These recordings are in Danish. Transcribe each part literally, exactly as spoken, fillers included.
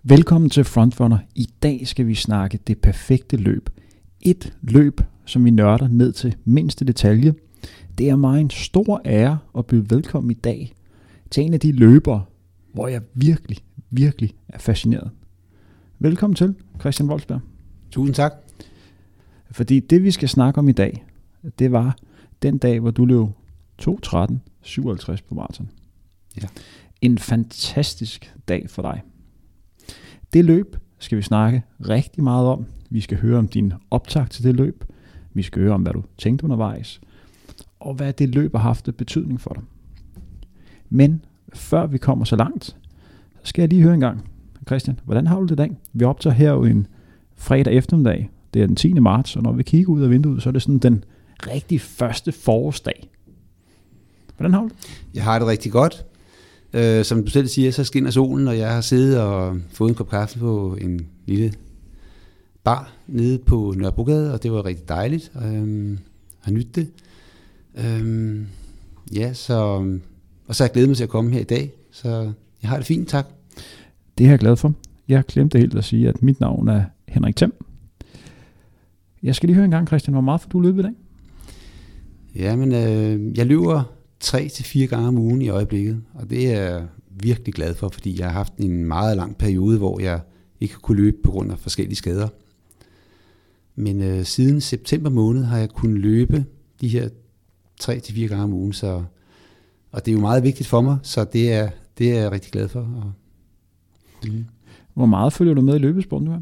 Velkommen til Frontrunner. I dag skal vi snakke det perfekte løb. Et løb, som vi nørder ned til mindste detalje. Det er mig en stor ære at byde velkommen i dag til en af de løbere, hvor jeg virkelig, virkelig er fascineret. Velkommen til, Christian Wolfsberg. Tusind tak. Fordi det, vi skal snakke om i dag, det var den dag, hvor du løb to tretten syvoghalvtreds på maraton. Ja. En fantastisk dag for dig. Det løb skal vi snakke rigtig meget om. Vi skal høre om din optakt til det løb. Vi skal høre om, hvad du tænkte undervejs. Og hvad det løb har haft betydning for dig. Men før vi kommer så langt, så skal jeg lige høre en gang. Christian, hvordan har du det i dag? Vi optager her jo en fredag eftermiddag. Det er den tiende marts, og når vi kigger ud af vinduet, så er det sådan den rigtig første forårsdag. Hvordan har du det? Jeg har det rigtig godt. Uh, som du selv siger, så skinner solen, og jeg har siddet og fået en kop kaffe på en lille bar nede på Nørrebrogade, og det var rigtig dejligt. Um, har nydt det. Um, ja, så, og så har jeg glædet mig til at komme her i dag, så jeg har det fint, tak. Det er jeg glad for. Jeg glemte helt at sige, at mit navn er Henrik Thiem. Jeg skal lige høre en gang, Christian, hvor meget får du løbet i dag? Jamen, øh, jeg løber tre til fire gange om ugen i øjeblikket, og det er jeg virkelig glad for, fordi jeg har haft en meget lang periode, hvor jeg ikke kunne løbe på grund af forskellige skader. Men øh, siden september måned har jeg kunnet løbe de her tre til fire gange om ugen, så, og det er jo meget vigtigt for mig, så det er, det er jeg rigtig glad for. Og, mm. Hvor meget følger du med i løbesporten nu her?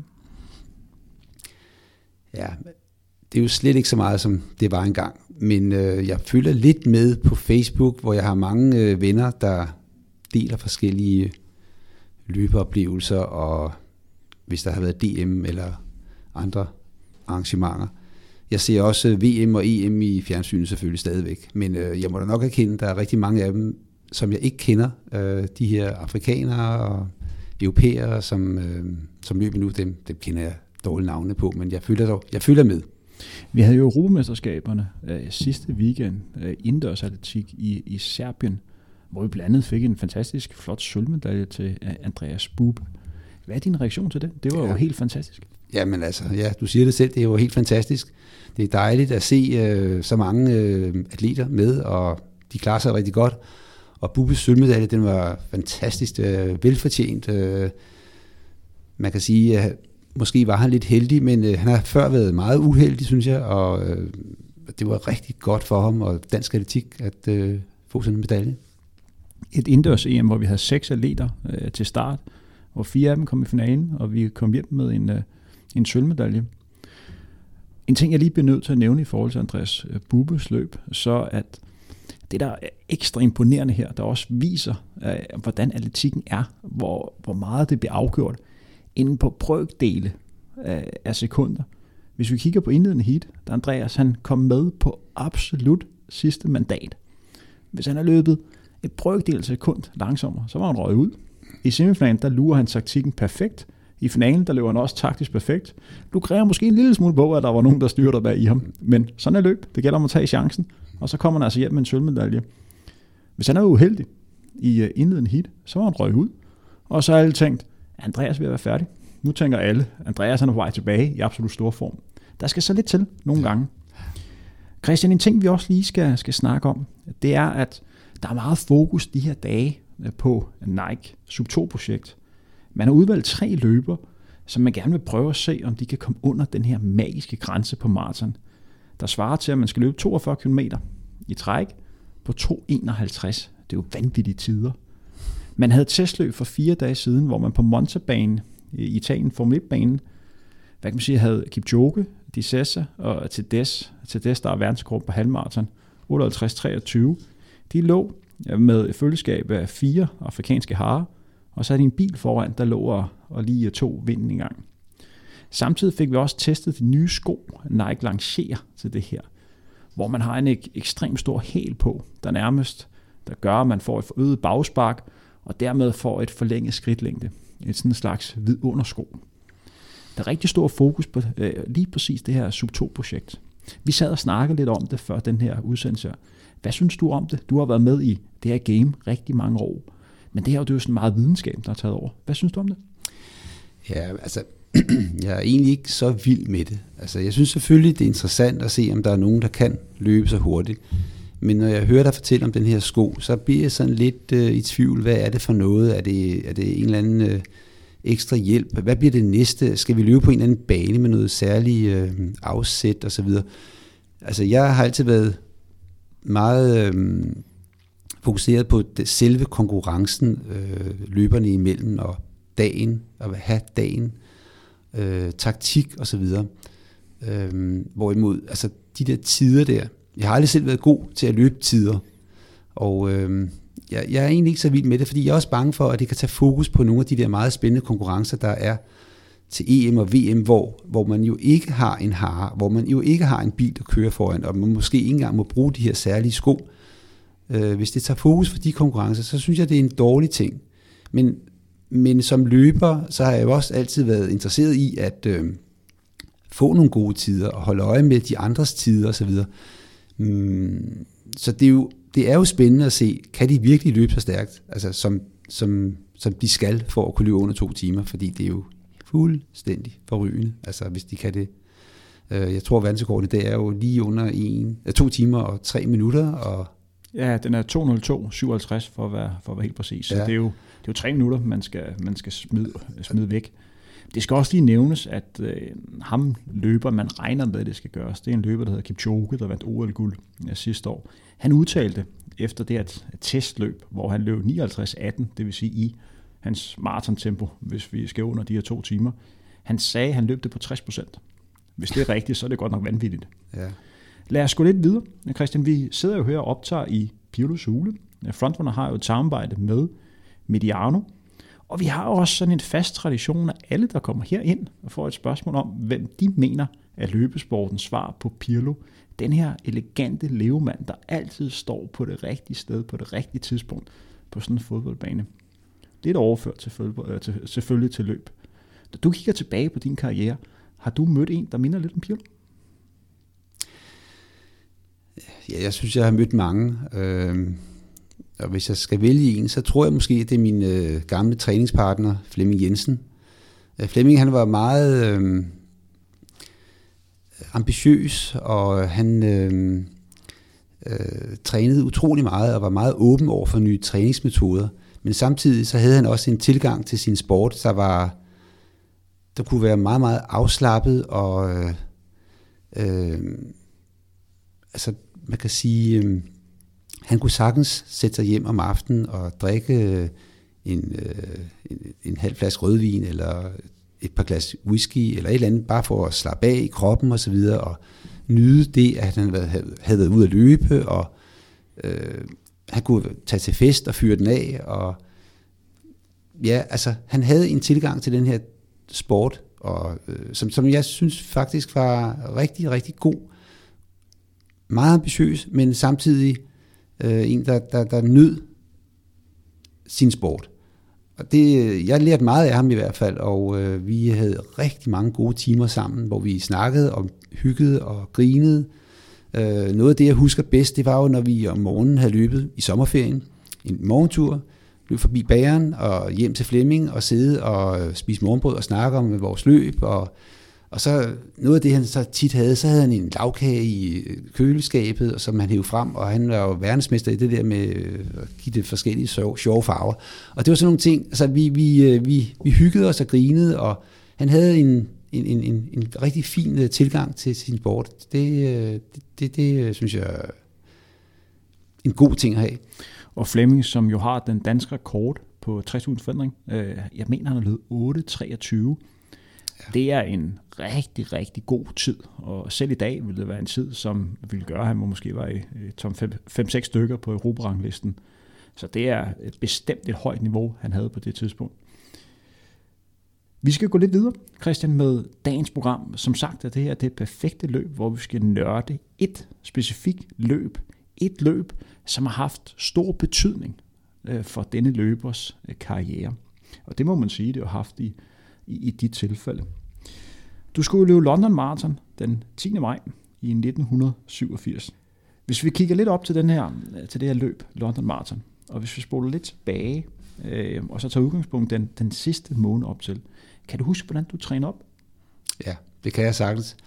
Ja, det er jo slet ikke så meget, som det var engang. Men øh, jeg følger lidt med på Facebook, hvor jeg har mange øh, venner, der deler forskellige løbeoplevelser, og hvis der har været D M eller andre arrangementer. Jeg ser også V M og E M i fjernsynet selvfølgelig stadigvæk, men øh, jeg må da nok erkende, at der er rigtig mange af dem, som jeg ikke kender. Øh, de her afrikanere og europæere, som, øh, som løber nu, dem, dem kender jeg dårlige navne på, men jeg følger, dog, jeg følger med. Vi havde jo Europamesterskaberne øh, sidste weekend, øh, indendørsatletik i, i Serbien, hvor vi blandt andet fik en fantastisk flot sølvmedalje til øh, Andreas Bube. Hvad er din reaktion til det? Det var ja. jo helt fantastisk. Jamen altså, ja, du siger det selv, det er jo helt fantastisk. Det er dejligt at se øh, så mange øh, atleter med, og de klarer sig rigtig godt. Og Bubes sølvmedalje, den var fantastisk øh, velfortjent. Øh, man kan sige, at måske var han lidt heldig, men øh, han har før været meget uheldig, synes jeg, og øh, det var rigtig godt for ham og dansk atletik at øh, få sådan en medalje. Et indendørs-E M, hvor vi havde seks atleter øh, til start, hvor fire af dem kom i finalen, og vi kom hjem med en, øh, en sølvmedalje. En ting, jeg lige bliver nødt til at nævne i forhold til Andreas Bubes løb, så at det, der er ekstra imponerende her, der også viser, øh, hvordan atletikken er, hvor, hvor meget det bliver afgjort, inden på brøkdele af, af sekunder. Hvis vi kigger på indledende heat, der Andreas han kom med på absolut sidste mandat. Hvis han har løbet et brøkdel sekund langsommere, så var han røget ud. I semifinalen, der lurer han taktikken perfekt. I finalen, der løber han også taktisk perfekt. Du kræver måske en lille smule på, at der var nogen, der styrter bag i ham. Men sådan er løb. Det gælder om at tage chancen. Og så kommer han altså hjem med en sølvmedalje. Hvis han er uheldig i indledende heat, så var han røget ud. Og så har alle tænkt, Andreas vil være færdig. Nu tænker alle, Andreas er på vej tilbage i absolut stor form. Der skal så lidt til nogle gange. Christian, en ting vi også lige skal, skal snakke om, det er, at der er meget fokus de her dage på Nike Sub to-projekt. Man har udvalgt tre løber, som man gerne vil prøve at se, om de kan komme under den her magiske grænse på maraton, der svarer til, at man skal løbe toogfyrre kilometer i træk på to enoghalvtreds. Det er jo vanvittige tider. Man havde testløb for fire dage siden, hvor man på Monza-banen i Italien, Formel et-banen, hvad kan man sige, havde Kipchoge, Di Sessa og Tedesco, Tedesco, der er verdensrekord på halvmaraton, otteoghalvtreds treogtyve. De lå med følgeskab af fire afrikanske harer, og så er de en bil foran, der lå og, og lige tog vinden i gang. Samtidig fik vi også testet de nye sko, Nike lancerer til det her, hvor man har en ek- ekstremt stor hæl på, der nærmest der gør, at man får et forøget bagspark, og dermed får et forlænget skridtlængde. Et sådan slags vidundersko. Der er rigtig stor fokus på øh, lige præcis det her Sub to-projekt. Vi sad og snakkede lidt om det før den her udsendelse. Hvad synes du om det? Du har været med i det her game rigtig mange år. Men det her det er jo sådan meget videnskab, der er taget over. Hvad synes du om det? Ja, altså, jeg er egentlig ikke så vild med det. Altså, jeg synes selvfølgelig, det er interessant at se, om der er nogen, der kan løbe så hurtigt. Men når jeg hører dig fortælle om den her sko, så bliver jeg sådan lidt øh, i tvivl. Hvad er det for noget? Er det, er det en eller anden øh, ekstra hjælp? Hvad bliver det næste? Skal vi løbe på en eller anden bane med noget særligt øh, afsæt og så videre? Altså, jeg har altid været meget øh, fokuseret på det, selve konkurrencen øh, løberne imellem og dagen, og have dagen, øh, taktik og så videre. Øh, hvorimod, altså de der tider der, jeg har aldrig selv været god til at løbe tider, og øh, jeg, jeg er egentlig ikke så vild med det, fordi jeg er også bange for, at det kan tage fokus på nogle af de der meget spændende konkurrencer, der er til E M og V M, hvor, hvor man jo ikke har en hare, hvor man jo ikke har en bil, der kører foran, og man måske ikke engang må bruge de her særlige sko. Øh, hvis det tager fokus for de konkurrencer, så synes jeg, det er en dårlig ting. Men, men som løber, så har jeg jo også altid været interesseret i at øh, få nogle gode tider, og holde øje med de andres tider osv. Mm, så det er, jo, det er jo spændende at se, kan de virkelig løbe så stærkt, altså som, som, som de skal for at kunne løbe under to timer, fordi det er jo fuldstændig forrygende, altså hvis de kan det. Jeg tror, at verdensrekorden i dag er jo lige under en, to timer og tre minutter. Og ja, den er to nul to syvoghalvtreds for at være, for at være helt præcis. Så ja. det, er jo, det er jo tre minutter, man skal, man skal smide, smide væk. Det skal også lige nævnes, at øh, ham løber, man regner med, at det skal gøres. Det er en løber, der hedder Kipchoge, der vandt O L-guld ja, sidste år. Han udtalte efter det her testløb, hvor han løb nioghalvtreds atten, det vil sige i hans maratontempo, hvis vi skal under de her to timer. Han sagde, at han løb det på tres procent. Hvis det er rigtigt, så er det godt nok vanvittigt. Ja. Lad os gå lidt videre. Christian, vi sidder jo her og optager i Pirlos Hule. Frontrunner har jo et samarbejde med Mediano. Og vi har jo også sådan en fast tradition af alle, der kommer herind og får et spørgsmål om, hvem de mener er løbesportens svar på Pirlo. Den her elegante levemand, der altid står på det rigtige sted, på det rigtige tidspunkt på sådan en fodboldbane. Det er et overført til, til, selvfølgelig til løb. Da du kigger tilbage på din karriere, har du mødt en, der minder lidt om Pirlo? Ja, jeg synes, jeg har mødt mange. Øh, og hvis jeg skal vælge en, så tror jeg måske, at det er min øh, gamle træningspartner, Flemming Jensen. Øh, Flemming, han var meget øh, ambitiøs, og han øh, øh, trænede utrolig meget, og var meget åben over for nye træningsmetoder. Men samtidig så havde han også en tilgang til sin sport, der var der kunne være meget, meget afslappet, og øh, øh, altså man kan sige, øh, han kunne sagtens sætte sig hjem om aftenen og drikke en, øh, en, en halv flaske rødvin, eller et par glas whisky, eller et eller andet, bare for at slappe af i kroppen og så videre, og nyde det, at han havde været ude at løbe, og øh, han kunne tage til fest og fyre den af, og ja, altså han havde en tilgang til den her sport, og, øh, som, som jeg synes faktisk var rigtig, rigtig god. Meget ambitiøs, men samtidig øh, en, der, der, der nød sin sport. Og det, jeg lærte meget af ham i hvert fald, og øh, vi havde rigtig mange gode timer sammen, hvor vi snakkede og hyggede og grinede. Øh, noget af det, jeg husker bedst, det var jo, når vi om morgenen havde løbet i sommerferien, en morgentur, løb forbi bageren og hjem til Flemming og sidde og spise morgenbrød og snakke om vores løb. Og, og så noget af det, han så tit havde, så havde han en lavkage i køleskabet, og som han hævde frem, og han var jo verdensmester i det der med at give det forskellige sjove farver. Og det var sådan nogle ting, altså vi, vi, vi, vi hyggede os og grinede, og han havde en, en, en, en, en rigtig fin tilgang til sin sport. Det, det, det, det synes jeg er en god ting at have. Og Flemming, som jo har den danske rekord på tres tusind forandring, øh, jeg mener, han har løbet otte treogtyve. Ja. Det er en rigtig, rigtig god tid, og selv i dag ville det være en tid, som ville gøre, at han måske var i top fem seks stykker på Europaranglisten. Så det er bestemt et højt niveau, han havde på det tidspunkt. Vi skal gå lidt videre, Christian, med dagens program. Som sagt er det her det perfekte løb, hvor vi skal nørde et specifikt løb. Et løb, som har haft stor betydning for denne løbers karriere. Og det må man sige, det har haft i, i, i dit tilfælde. Du skulle løbe London Marathon den tiende maj i nitten syvogfirs. Hvis vi kigger lidt op til, den her, til det her løb, London Marathon, og hvis vi spoler lidt tilbage, øh, og så tager udgangspunkt den, den sidste måned op til, Kan du huske, hvordan du træner op? Ja, det kan jeg sagtens.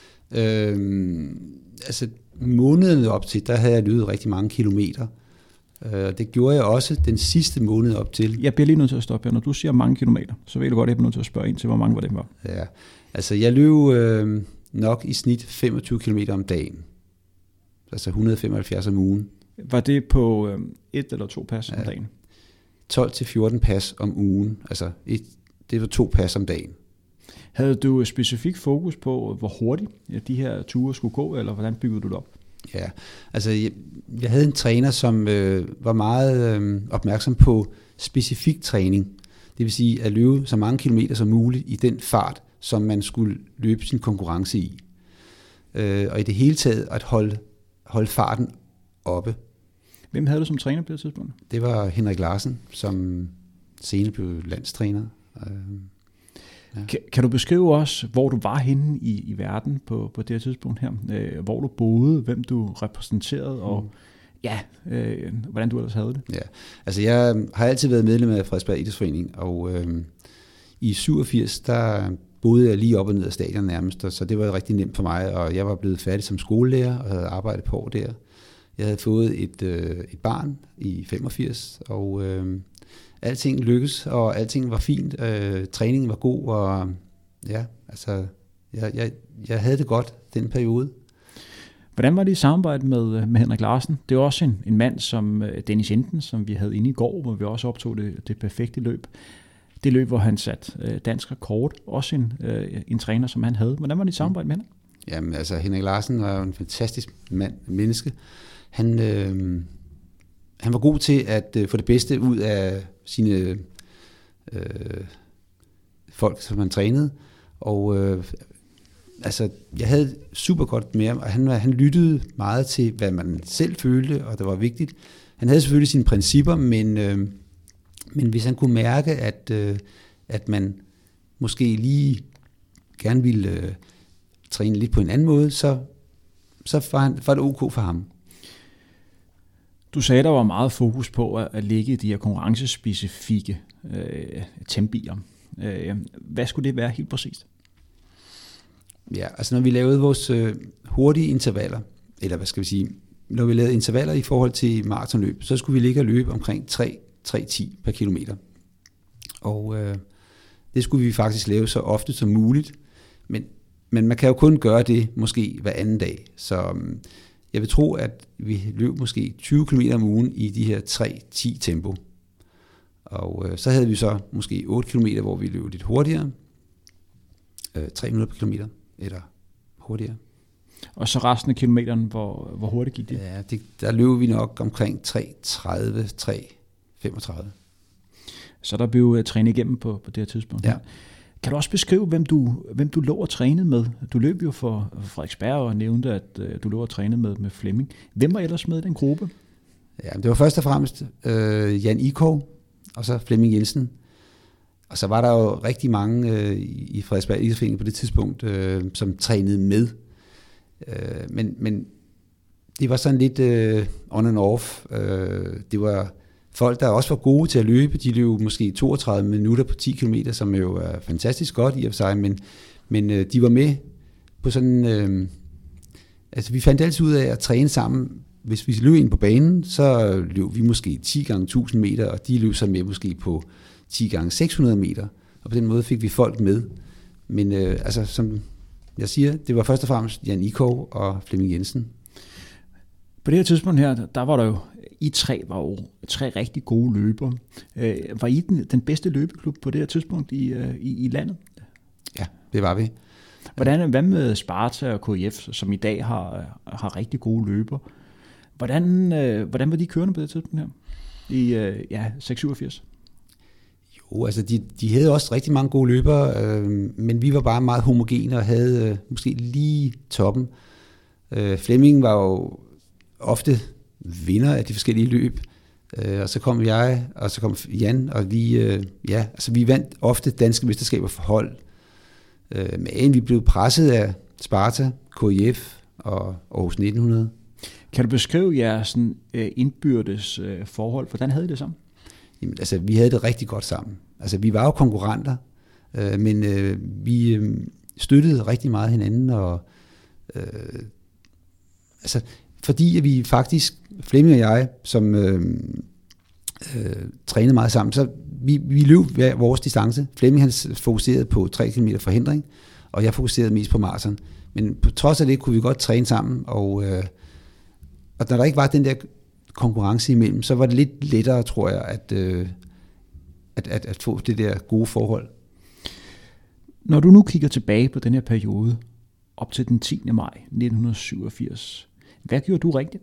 Øhm, altså måneden op til, der havde jeg løbet rigtig mange kilometer. Øh, det gjorde jeg også den sidste måned op til. Jeg bliver lige nødt til at stoppe her. Når du siger mange kilometer, så vil jeg godt, at jeg bliver nødt til at spørge ind til, hvor mange var det var. Ja, altså jeg løb øh, nok i snit femogtyve kilometer om dagen. Altså et hundrede og femoghalvfjerds om ugen. Var det på øh, et eller to pas ja. om dagen? tolv til fjorten pas om ugen. Altså et, det var to pas om dagen. Havde du specifik fokus på, hvor hurtigt de her ture skulle gå, eller hvordan byggede du det op? Ja, altså jeg, jeg havde en træner, som øh, var meget øh, opmærksom på specifik træning. Det vil sige at løbe så mange kilometer som muligt i den fart, som man skulle løbe sin konkurrence i. Øh, og i det hele taget at holde, holde farten oppe. Hvem havde du som træner på det tidspunkt? Det var Henrik Larsen, som senere blev landstræner. Øh, Ja. Kan, kan du beskrive også, hvor du var henne i, i verden på, på det her tidspunkt her? Øh, hvor du boede, hvem du repræsenterede, og mm. ja, øh, hvordan du ellers havde det? Ja, altså jeg har altid været medlem af Frederiksberg Idrætsforening, og øh, i syvogfirs, der boede jeg lige op og ned af stadion nærmest, så det var rigtig nemt for mig, og jeg var blevet færdig som skolelærer og havde arbejdet på der. Jeg havde fået et, øh, et barn i femogfirs, og øh, alting lykkedes, og alting var fint. Øh, træningen var god, og ja, altså, jeg, jeg, jeg havde det godt den periode. Hvordan var det i samarbejde med, med Henrik Larsen? Det er også en, en mand som Dennis Jensen, som vi havde inde i går, hvor vi også optog det, det perfekte løb. Det løb, hvor han satte øh, dansk rekord. Også en, øh, en træner, som han havde. Hvordan var det i samarbejde med Henrik? Jamen, altså, Henrik Larsen var jo en fantastisk mand, menneske. Han... Øh, Han var god til at øh, få det bedste ud af sine øh, folk, som han trænede. Og øh, altså, jeg havde super godt med ham, og han, han lyttede meget til, hvad man selv følte, og det var vigtigt. Han havde selvfølgelig sine principper, men, øh, men hvis han kunne mærke, at, øh, at man måske lige gerne ville øh, træne lidt på en anden måde, så, så var, han, var det ok for ham. Du sagde, der var meget fokus på at ligge i de her konkurrencespecifikke øh, tempier. Øh, hvad skulle det være helt præcist? Ja, altså når vi lavede vores øh, hurtige intervaller, eller hvad skal vi sige, når vi lavede intervaller i forhold til maratonløb, så skulle vi ligge og løbe omkring tre til ti per kilometer. Og øh, det skulle vi faktisk lave så ofte som muligt, men, men man kan jo kun gøre det måske hver anden dag, så... Øh, Jeg vil tro, at vi løb måske tyve kilometer om ugen i de her tre til ti tempo. Og øh, så havde vi så måske otte kilometer, hvor vi løb lidt hurtigere. Øh, tre minutter per kilometer, eller hurtigere. Og så resten af kilometeren, hvor, hvor hurtigt gik det? Ja, det, der løb vi nok omkring tre tredive, tre femogtredive. Så der blev trænet igennem på, på det her tidspunkt? Ja. Kan du også beskrive, hvem du, hvem du lå og trænede med? Du løb jo for Frederiksberg og nævnte, at uh, du lå og trænede med, med Flemming. Hvem var ellers med i den gruppe? Ja, det var først og fremmest øh, Jan Ikov, og så Flemming Jensen. Og så var der jo rigtig mange øh, i Frederiksberg Idrætsforening på det tidspunkt, øh, som trænede med. Øh, men, men det var sådan lidt øh, on and off. Øh, det var... Folk, der også var gode til at løbe, de løb måske toogtredive minutter på ti kilometer, som jo er fantastisk godt i og for sig, men, men øh, de var med på sådan... Øh, altså, vi fandt altid ud af at træne sammen. Hvis vi løb ind på banen, så løb vi måske ti gange tusind meter, og de løb så med måske på ti gange seks hundrede meter. Og på den måde fik vi folk med. Men øh, altså, som jeg siger, det var først og fremmest Jan Ikov og Flemming Jensen. På det her tidspunkt her, der var der jo, I tre var jo tre rigtig gode løbere. Øh, var I den, den bedste løbeklub på det her tidspunkt i, i, i landet? Ja, det var vi. Hvordan, hvad med Sparta og K I F, som i dag har, har rigtig gode løbere? Hvordan, øh, hvordan var de kørende på det tidspunkt her? I øh, ja, seks syvogfirs? Jo, altså de, de havde også rigtig mange gode løbere, øh, men vi var bare meget homogene og havde øh, måske lige toppen. Øh, Flemming var jo ofte vinder af de forskellige løb, øh, og så kom jeg, og så kom Jan, og vi, øh, ja, altså vi vandt ofte danske mesterskaber for hold. Øh, men vi blev presset af Sparta, K I F og Aarhus nitten hundrede. Kan du beskrive jeres sådan, indbyrdes øh, forhold? Hvordan havde I det sammen? Jamen, altså, vi havde det rigtig godt sammen. Altså, vi var jo konkurrenter, Øh, men øh, vi øh, støttede rigtig meget hinanden, og øh, altså, fordi at vi faktisk, Flemming og jeg, som øh, øh, trænede meget sammen, så vi, vi løb hver vores distance. Flemming han fokuserede på tre kilometer forhindring, og jeg fokuserede mest på maraton. Men på trods af det kunne vi godt træne sammen, og, øh, og når der ikke var den der konkurrence imellem, så var det lidt lettere, tror jeg, at, øh, at, at, at få det der gode forhold. Når du nu kigger tilbage på den her periode, op til den tiende maj nitten syvogfirs, hvad gjorde du rigtigt?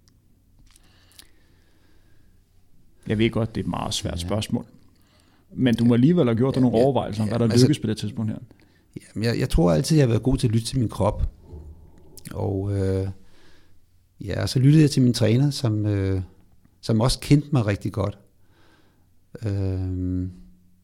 Jeg ved godt, det er et meget svært ja. spørgsmål, men du må alligevel have gjort dig nogle ja, overvejelser om, ja, hvad der lykkes altså, på det tidspunkt her. Jeg, jeg tror altid, jeg har været god til at lytte til min krop. Og øh, ja, så lyttede jeg til min træner, som, øh, som også kendte mig rigtig godt. Øh,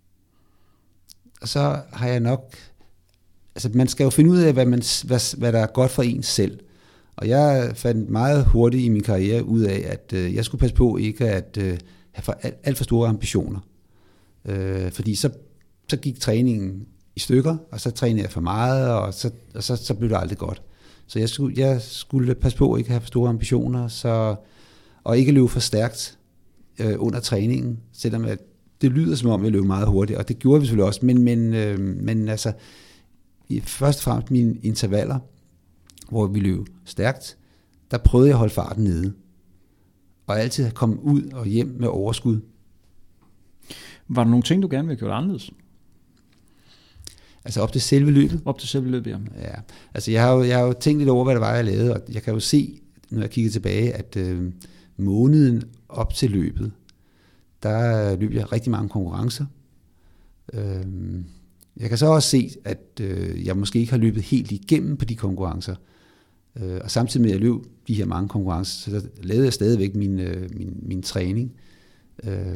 og så har jeg nok... Altså, man skal jo finde ud af, hvad, man, hvad, hvad der er godt for en selv. Og jeg fandt meget hurtigt i min karriere ud af, at øh, jeg skulle passe på ikke at øh, have for, alt, alt for store ambitioner. Øh, fordi så, så gik træningen i stykker, og så trænede jeg for meget, og så, og så, så blev det aldrig godt. Så jeg skulle, jeg skulle passe på at ikke have for store ambitioner, så, og ikke løbe for stærkt øh, under træningen, selvom jeg, det lyder som om, jeg løb meget hurtigt, og det gjorde vi selvfølgelig også, men, men, øh, men altså, i, først og fremmest mine intervaller, hvor vi løb stærkt, der prøvede jeg at holde farten nede, og altid komme ud og hjem med overskud. Var der nogle ting, du gerne ville have gjort anderledes? Altså op til selve løbet? Op til selve løbet, ja. Ja, altså jeg har, jo, jeg har jo tænkt lidt over, hvad det var, jeg lavede, og jeg kan jo se, når jeg kigger tilbage, at øh, måneden op til løbet, der løb jeg rigtig mange konkurrencer. Øh, jeg kan så også se, at øh, jeg måske ikke har løbet helt igennem på de konkurrencer, øh, og samtidig med, at jeg løb de her mange konkurrencer, så der lavede jeg stadigvæk min, øh, min, min træning. Øh,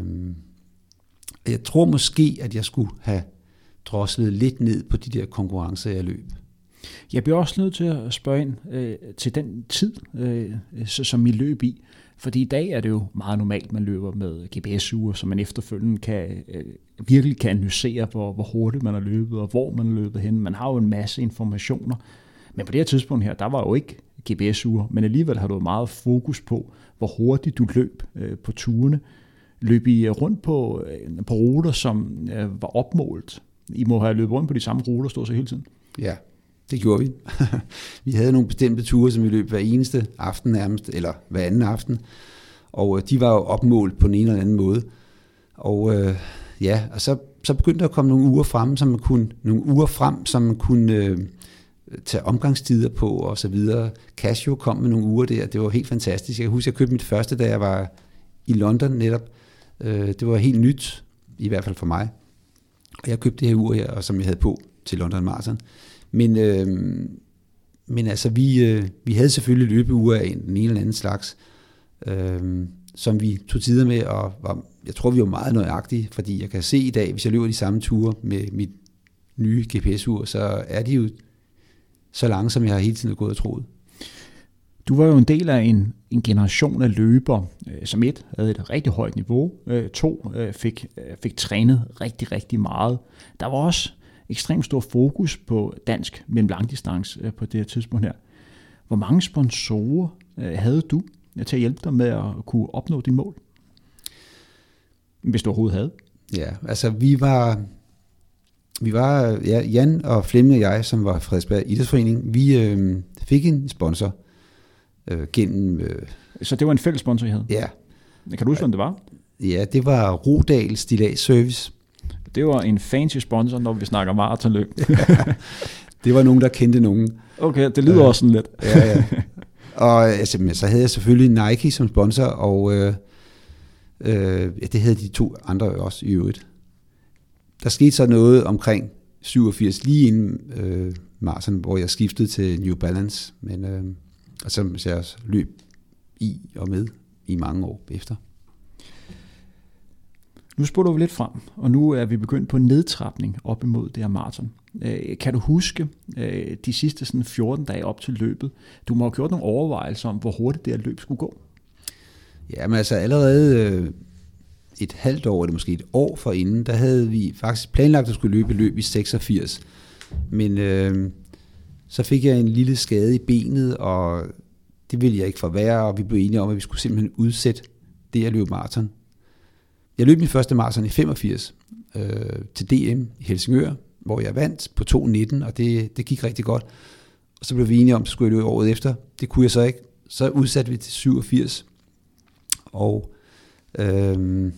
jeg tror måske, at jeg skulle have droslet lidt ned på de der konkurrencer, jeg løb. Jeg bliver også nødt til at spørge ind øh, til den tid, øh, så, som I løb i. Fordi i dag er det jo meget normalt, man løber med G P S-ure, så man efterfølgende kan, øh, virkelig kan analysere, hvor, hvor hurtigt man har løbet, og hvor man har løbet hen. Man har jo en masse informationer. Men på det her tidspunkt her, der var jo ikke G P S-ure, men alligevel har du meget fokus på, hvor hurtigt du løb øh, på turene. Løb I rundt på, øh, på ruter, som øh, var opmålt? I må have løbet rundt på de samme ruter, stort set hele tiden. Ja, det gjorde vi. Vi havde nogle bestemte ture, som vi løb hver eneste aften nærmest, eller hver anden aften. Og de var jo opmålt på en eller anden måde. Og øh, ja, og så, så begyndte der at komme nogle uger frem, som man kunne, nogle uger frem, som man kunne øh, tage omgangstider på og så videre. Casio kom med nogle uger der, det var helt fantastisk. Jeg kan huske, jeg købte mit første, da jeg var i London netop. Øh, det var helt nyt, i hvert fald for mig. Og jeg købte det her ur her, og som jeg havde på til London Marathon. Men, øh, men altså, vi, øh, vi havde selvfølgelig løbeure af den ene eller anden slags, øh, som vi tog tider med, og var, jeg tror, vi var meget nøjagtige, fordi jeg kan se i dag, hvis jeg løber de samme ture med mit nye G P S-ur, så er de jo så lange, som jeg har hele tiden gået og troet. Du var jo en del af en, en generation af løbere, øh, som et havde et rigtig højt niveau, øh, to øh, fik, øh, fik trænet rigtig, rigtig meget. Der var også ekstremt stor fokus på dansk mellemlangdistance øh, på det her tidspunkt her. Hvor mange sponsorer øh, havde du til at hjælpe dig med at kunne opnå dine mål? Hvis du overhovedet havde. Ja, altså vi var, vi var ja, Jan og Flemming og jeg, som var Frederiksberg Idrætsforening, vi øh, fik en sponsor øh, gennem... Øh, Så det var en fælles sponsor, I havde? Ja. Kan du huske, hvem det var? Ja, det var Rodal Stillads Service. Det var en fancy sponsor, når vi snakker maratonløb. Det var nogen, der kendte nogen. Okay, det lyder øh, også sådan lidt. Ja, ja. Og altså, så havde jeg selvfølgelig Nike som sponsor, og øh, øh, det havde de to andre også i øvrigt. Der skete så noget omkring syvogfirs, lige inden øh, maraton, hvor jeg skiftede til New Balance, men øh, og så jeg også løb i og med i mange år efter. Nu spurgte vi lidt frem, og nu er vi begyndt på en nedtrapning op imod det her maraton. Kan du huske de sidste sådan fjorten dage op til løbet? Du må have gjort nogle overvejelser om, hvor hurtigt det her løb skulle gå. Ja, men altså allerede øh, et halvt år, eller måske et år forinden, der havde vi faktisk planlagt at skulle løbe løb i seksogfirs. Men øh, så fik jeg en lille skade i benet, og det ville jeg ikke forværre, og vi blev enige om, at vi skulle simpelthen udsætte det at løbe maraton. Jeg løb min første maraton i femogfirs øh, til D M i Helsingør, hvor jeg vandt på to nitten, og det, det gik rigtig godt. Og så blev vi enige om, at skulle jeg løbe året efter. Det kunne jeg så ikke. Så udsatte vi til syvogfirs. Og øh,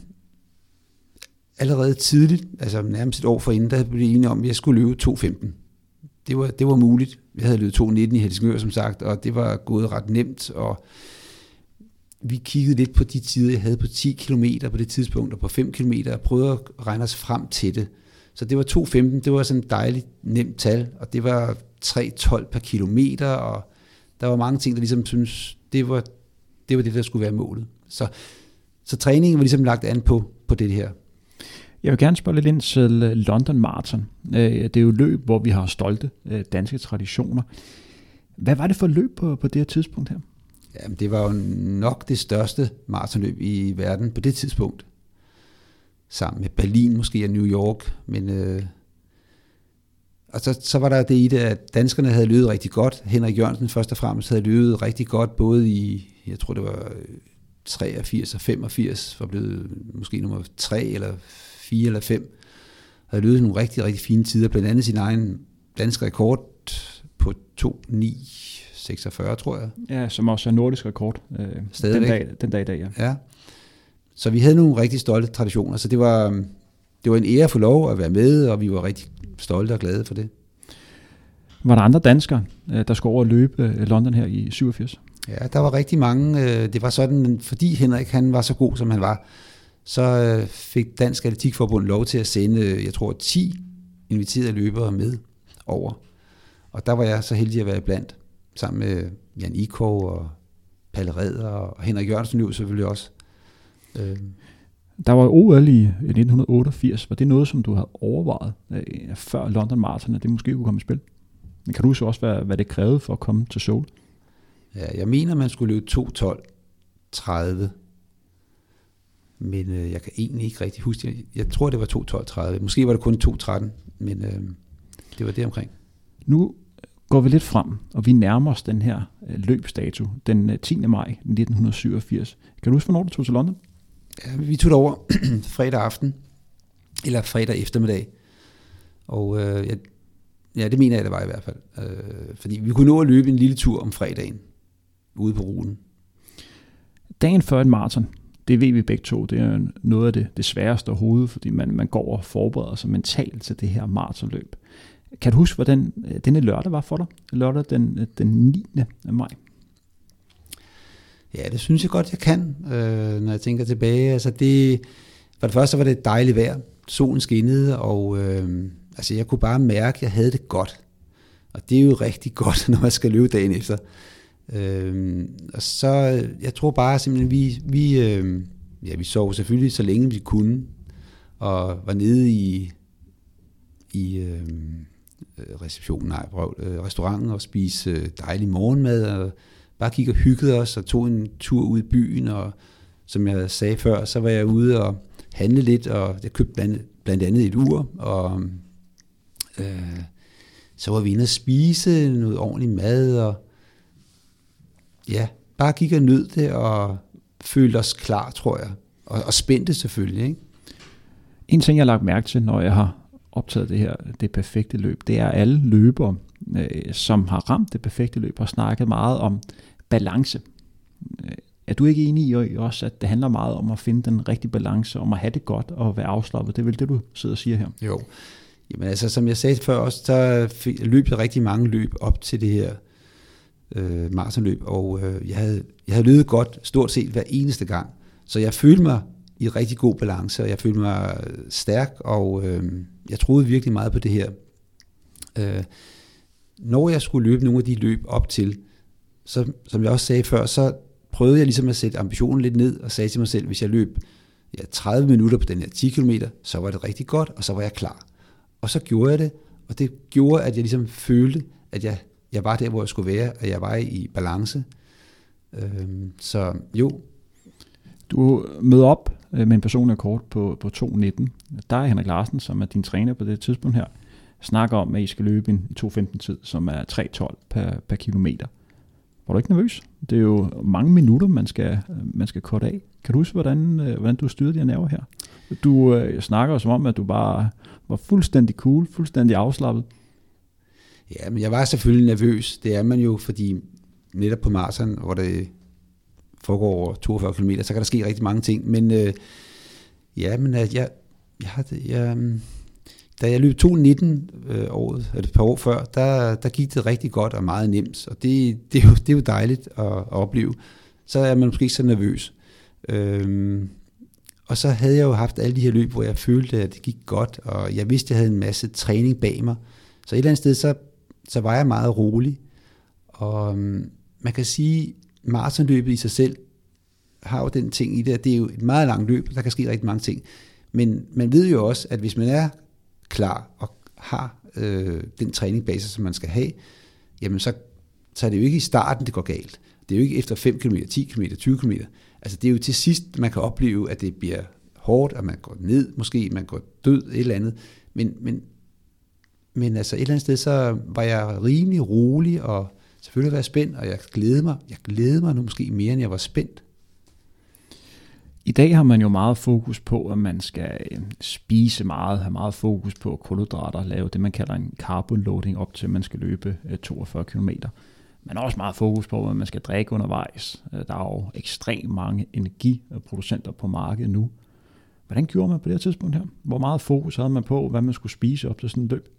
allerede tidligt, altså nærmest et år forinden, der blev vi enige om, at jeg skulle løbe to femten. Det var, det var muligt. Jeg havde løbet to nitten i Helsingør, som sagt, og det var gået ret nemt, og vi kiggede lidt på de tider, jeg havde på ti kilometer på det tidspunkt, og på fem kilometer, og prøvede at regne os frem til det. Så det var to femten, det var sådan et dejligt nemt tal, og det var tre tolv per kilometer, og der var mange ting, der ligesom synes, det var det, var det der skulle være målet. Så, så træningen var ligesom lagt an på, på det her. Jeg vil gerne spørge lidt ind til London Marathon. Det er jo løb, hvor vi har stolte danske traditioner. Hvad var det for løb på, på det her tidspunkt her? Jamen, det var jo nok det største maratonløb i verden på det tidspunkt. Sammen med Berlin måske og New York. Men, øh, og så, så var der det i det, at danskerne havde løbet rigtig godt. Henrik Jørgensen først og fremmest havde løbet rigtig godt, både i, jeg tror det var treogfirs og femogfirs, var blevet måske nummer tre eller fire eller fem. Havde løbet nogle rigtig, rigtig fine tider, blandt andet sin egen danske rekord på to ni seksogfyrre, tror jeg. Ja, som også er nordisk rekord øh, den, dag, den dag i dag, ja. ja. Så vi havde nogle rigtig stolte traditioner, så det var, det var en ære at få lov at være med, og vi var rigtig stolte og glade for det. Var der andre danskere, der skulle over at løbe London her i syvogfirs? Ja, der var rigtig mange. Det var sådan, fordi Henrik han var så god, som han var, så fik Dansk Atletikforbund lov til at sende, jeg tror, ti inviterede løbere med over. Og der var jeg så heldig at være blandt, sammen med Jan Ikov og Palle Redder, og Henrik Jørgensen løb selvfølgelig også. Der var O L i nitten otteogfirs. Var det noget, som du havde overvejet øh, før London Marathon, at det måske kunne komme i spil? Men kan du så også, hvad, hvad det krævede for at komme til Seoul? Ja, jeg mener, man skulle løbe to tolv tredive. Men øh, jeg kan egentlig ikke rigtig huske. Jeg, jeg tror, det var to tolv tredive. Måske var det kun to tretten, men øh, det var det omkring. Nu går vi lidt frem, og vi nærmer os den her øh, løbsdato, den øh, tiende maj nitten syvogfirs. Kan du huske, hvornår du tog til London? Ja, vi tog derover fredag aften, eller fredag eftermiddag. Og øh, ja, ja, det mener jeg, det var i hvert fald. Øh, fordi vi kunne nå at løbe en lille tur om fredagen, ude på ruten. Dagen før et maraton, det ved vi begge to, det er noget af det, det sværeste overhovedet, fordi man, man går og forbereder sig mentalt til det her maratonløb. Kan du huske, hvordan denne lørdag var for dig? Lørdag den, den niende maj. Ja, det synes jeg godt, jeg kan, øh, når jeg tænker tilbage. Altså det, for det første var det dejligt vejr. Solen skinnede, og øh, altså jeg kunne bare mærke, at jeg havde det godt. Og det er jo rigtig godt, når man skal løbe dagen efter. Øh, og så, jeg tror bare simpelthen, vi, vi, øh, ja, vi sov selvfølgelig så længe vi kunne, og var nede i, i øh, receptionen, nej, prøv, øh, restauranten og spise øh, dejlig morgenmad, og bare gik og hyggede os og tog en tur ud i byen, og som jeg sagde før, så var jeg ude og handle lidt, og jeg købte blandt, blandt andet et ur, og øh, så var vi inde og spise noget ordentlig mad, og ja, bare gik og nød det, og følte os klar, tror jeg, og, og spændte selvfølgelig, ikke? En ting, jeg har lagt mærke til, når jeg har optaget det her, det perfekte løb, det er alle løbere, øh, som har ramt det perfekte løb, og snakket meget om balance. Er du ikke enig i også, at det handler meget om at finde den rigtige balance, om at have det godt og være afslappet? Det er vel det, du sidder og siger her? Jo. Jamen altså, som jeg sagde før også, så løb jeg rigtig mange løb op til det her øh, maratonløb, og øh, jeg, havde, jeg havde løbet godt stort set hver eneste gang. Så jeg følte mig i rigtig god balance, og jeg følte mig stærk, og øh, jeg troede virkelig meget på det her. Øh, når jeg skulle løbe nogle af de løb op til, så, som jeg også sagde før, så prøvede jeg ligesom at sætte ambitionen lidt ned, og sagde til mig selv, hvis jeg løb ja, tredive minutter på den her ti kilometer, så var det rigtig godt, og så var jeg klar. Og så gjorde jeg det, og det gjorde, at jeg ligesom følte, at jeg, jeg var der, hvor jeg skulle være, og jeg var i balance. Øh, så jo. Du møder op med en personlig rekord på, på to nitten. Der er Henrik Larsen, som er din træner på det tidspunkt her, snakker om, at I skal løbe en to femten tid, som er tre tolv per, per kilometer. Var du ikke nervøs? Det er jo mange minutter, man skal, man skal korte af. Kan du huske, hvordan, hvordan du styrede de her nerver her? Du øh, snakker som om, at du bare var fuldstændig cool, fuldstændig afslappet. Ja, men jeg var selvfølgelig nervøs. Det er man jo, fordi netop på maraton, hvor det foregår over toogfyrre kilometer, så kan der ske rigtig mange ting. Men øh, ja, men jeg, jeg, jeg, jeg, da jeg løb to nitten øh, året, et par år før, der, der gik det rigtig godt og meget nemt. Og det, det, er, jo, det er jo dejligt at, at opleve. Så er man måske ikke så nervøs. Øhm, og så havde jeg jo haft alle de her løb, hvor jeg følte, at det gik godt, og jeg vidste, at jeg havde en masse træning bag mig. Så et eller andet sted, så, så var jeg meget rolig. Og øhm, man kan sige, maratonløbet i sig selv har jo den ting i det, at det er jo et meget langt løb, der kan ske rigtig mange ting. Men man ved jo også, at hvis man er klar og har øh, den træning bag sig, som man skal have, jamen så, så er det jo ikke i starten, det går galt. Det er jo ikke efter fem kilometer, ti kilometer, tyve kilometer. Altså det er jo til sidst, man kan opleve, at det bliver hårdt, at man går ned, måske man går død, et eller andet. Men, men, men altså et eller andet sted, så var jeg rimelig rolig, og selvfølgelig var jeg spændt, og jeg glædede mig. Jeg glædede mig nu måske mere, end jeg var spændt. I dag har man jo meget fokus på, at man skal spise meget, have meget fokus på kulhydrater, lave det, man kalder en carboloading op til, at man skal løbe toogfyrre kilometer. Man har også meget fokus på, at man skal drikke undervejs. Der er jo ekstremt mange energiproducenter på markedet nu. Hvordan gjorde man på det her tidspunkt her? Hvor meget fokus havde man på, hvad man skulle spise op til sådan en løb?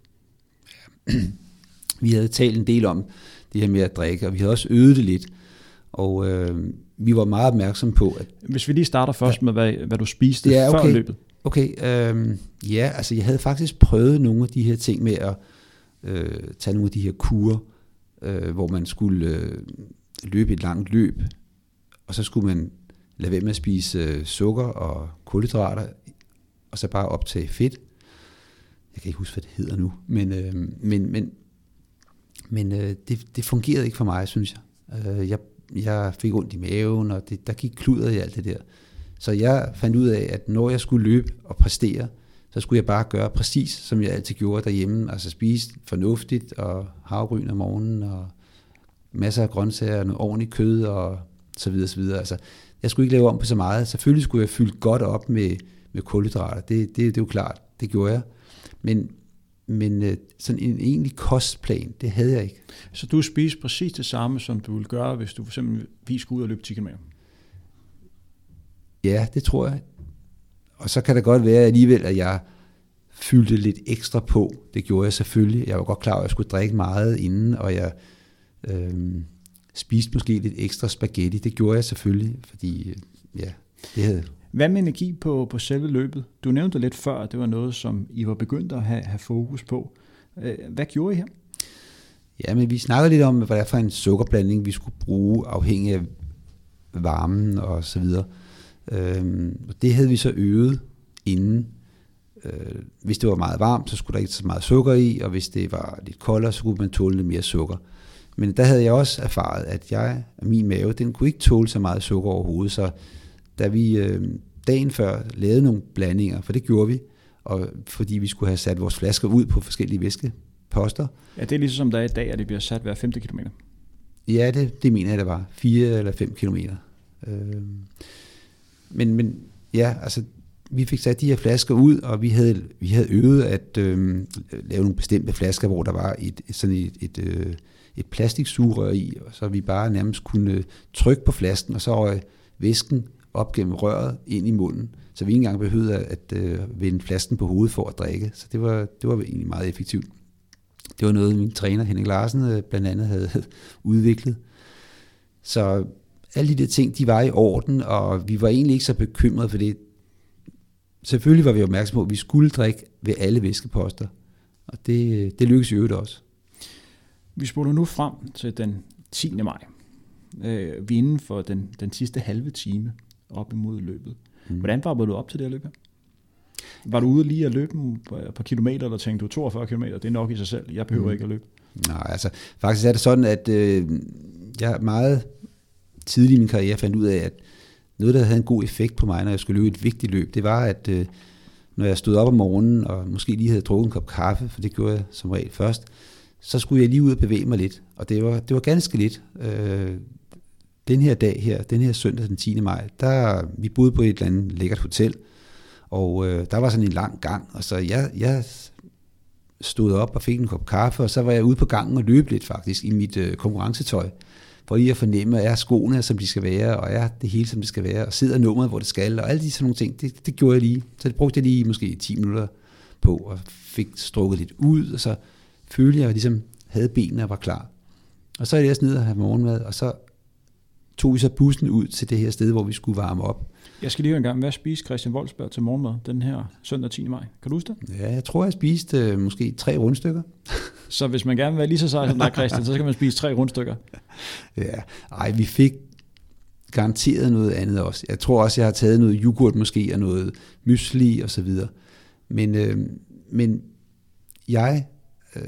Vi havde talt en del om det her med at drikke, og vi havde også øvet det lidt. Og øh, vi var meget opmærksomme på, at... Hvis vi lige starter først ja. med, hvad, hvad du spiste ja, okay. før løbet. Okay, øh, ja, altså jeg havde faktisk prøvet nogle af de her ting med at øh, tage nogle af de her kurer, øh, hvor man skulle øh, løbe et langt løb, og så skulle man lade være med at spise øh, sukker og kulhydrater, og så bare optage fedt. Jeg kan ikke huske, hvad det hedder nu, men, øh, men, men, men øh, det, det fungerede ikke for mig, synes jeg. Øh, jeg Jeg fik ondt i maven, og det, der gik kluder i alt det der. Så jeg fandt ud af, at når jeg skulle løbe og præstere, så skulle jeg bare gøre præcis, som jeg altid gjorde derhjemme. Altså spise fornuftigt, og havregryn om morgenen, og masser af grøntsager, og noget ordentligt kød, og så videre, så videre. Altså, jeg skulle ikke lave om på så meget. Selvfølgelig skulle jeg fylde godt op med, med kulhydrater. Det, det, det er jo klart, det gjorde jeg. Men Men sådan en egentlig kostplan, det havde jeg ikke. Så du spiste præcis det samme, som du ville gøre, hvis du for eksempel skulle ud og løbe ti kilometer? Ja, det tror jeg. Og så kan det godt være alligevel, at jeg fyldte lidt ekstra på. Det gjorde jeg selvfølgelig. Jeg var godt klar over, at jeg skulle drikke meget inden, og jeg øh, spiste måske lidt ekstra spaghetti. Det gjorde jeg selvfølgelig, fordi ja, det havde... Hvad med energi på, på selve løbet? Du nævnte lidt før, at det var noget, som I var begyndt at have, have fokus på. Hvad gjorde I her? Ja, men vi snakkede lidt om, hvad det er for en sukkerblanding, vi skulle bruge, afhængig af varmen og så videre. Øhm, det havde vi så øvet inden. Øh, hvis det var meget varmt, så skulle der ikke så meget sukker i, og hvis det var lidt koldere, så skulle man tåle lidt mere sukker. Men der havde jeg også erfaret, at jeg, min mave, den kunne ikke tåle så meget sukker overhovedet, så da vi øh, dagen før lavede nogle blandinger, for det gjorde vi, og fordi vi skulle have sat vores flasker ud på forskellige væskeposter. Ja, det er ligesom der er i dag, at det bliver sat hver femte kilometer. Ja, det, det mener jeg, det var. Fire eller fem kilometer. Øh, men, men ja, altså, vi fik sat de her flasker ud, og vi havde, vi havde øvet at øh, lave nogle bestemte flasker, hvor der var et, sådan et, et, øh, et plastiksugerør i, så vi bare nærmest kunne trykke på flasken, og så røg væsken op gennem røret ind i munden, så vi ikke engang behøvede at, at øh, vende flasken på hovedet for at drikke. Så det var, det var egentlig meget effektivt. Det var noget, min træner Henrik Larsen øh, blandt andet havde udviklet. Så alle de der ting, de var i orden, og vi var egentlig ikke så bekymrede for det. Selvfølgelig var vi opmærksom på, at vi skulle drikke ved alle væskeposter, og det, det lykkedes i øvrigt også. Vi spoler nu frem til den tiende maj. Øh, vi er inden for den, den sidste halve time op imod løbet. Mm. Hvordan var du op til det her løb her? Var du ude lige at løbe et par kilometer, eller tænkte du toogfyrre kilometer, det er nok i sig selv, jeg behøver mm. ikke at løbe? Nej, altså faktisk er det sådan, at øh, jeg meget tidligt i min karriere fandt ud af, at noget, der havde en god effekt på mig, når jeg skulle løbe et vigtigt løb, det var, at øh, når jeg stod op om morgenen, og måske lige havde drukket en kop kaffe, for det gjorde jeg som regel først, så skulle jeg lige ud og bevæge mig lidt. Og det var, det var ganske lidt. Øh, den her dag her, den her søndag den tiende maj, der vi boede på et eller andet lækkert hotel, og øh, der var sådan en lang gang, og så jeg, jeg stod op og fik en kop kaffe, og så var jeg ude på gangen og løb lidt faktisk i mit øh, konkurrencetøj, for lige at fornemme, at er skoene, som de skal være, og er det hele, som det skal være, og sidder nummeret, hvor det skal, og alle de sådan nogle ting, det, det gjorde jeg lige. Så det brugte jeg lige måske ti minutter på, og fik strukket lidt ud, og så følte jeg, at jeg ligesom havde benene og var klar. Og så er jeg ned og have morgenmad, og så tog vi så bussen ud til det her sted, hvor vi skulle varme op. Jeg skal lige høre en gang, hvad spiste Christian Wolfsberg til morgenmad den her søndag tiende maj? Kan du huske det? Ja, jeg tror, jeg spiste øh, måske tre rundstykker. Så hvis man gerne vil være lige så sej som dig, Christian, så skal man spise tre rundstykker. Ja, ej, vi fik garanteret noget andet også. Jeg tror også, jeg har taget noget yoghurt måske, og noget mysli og så videre. Men, øh, men jeg øh,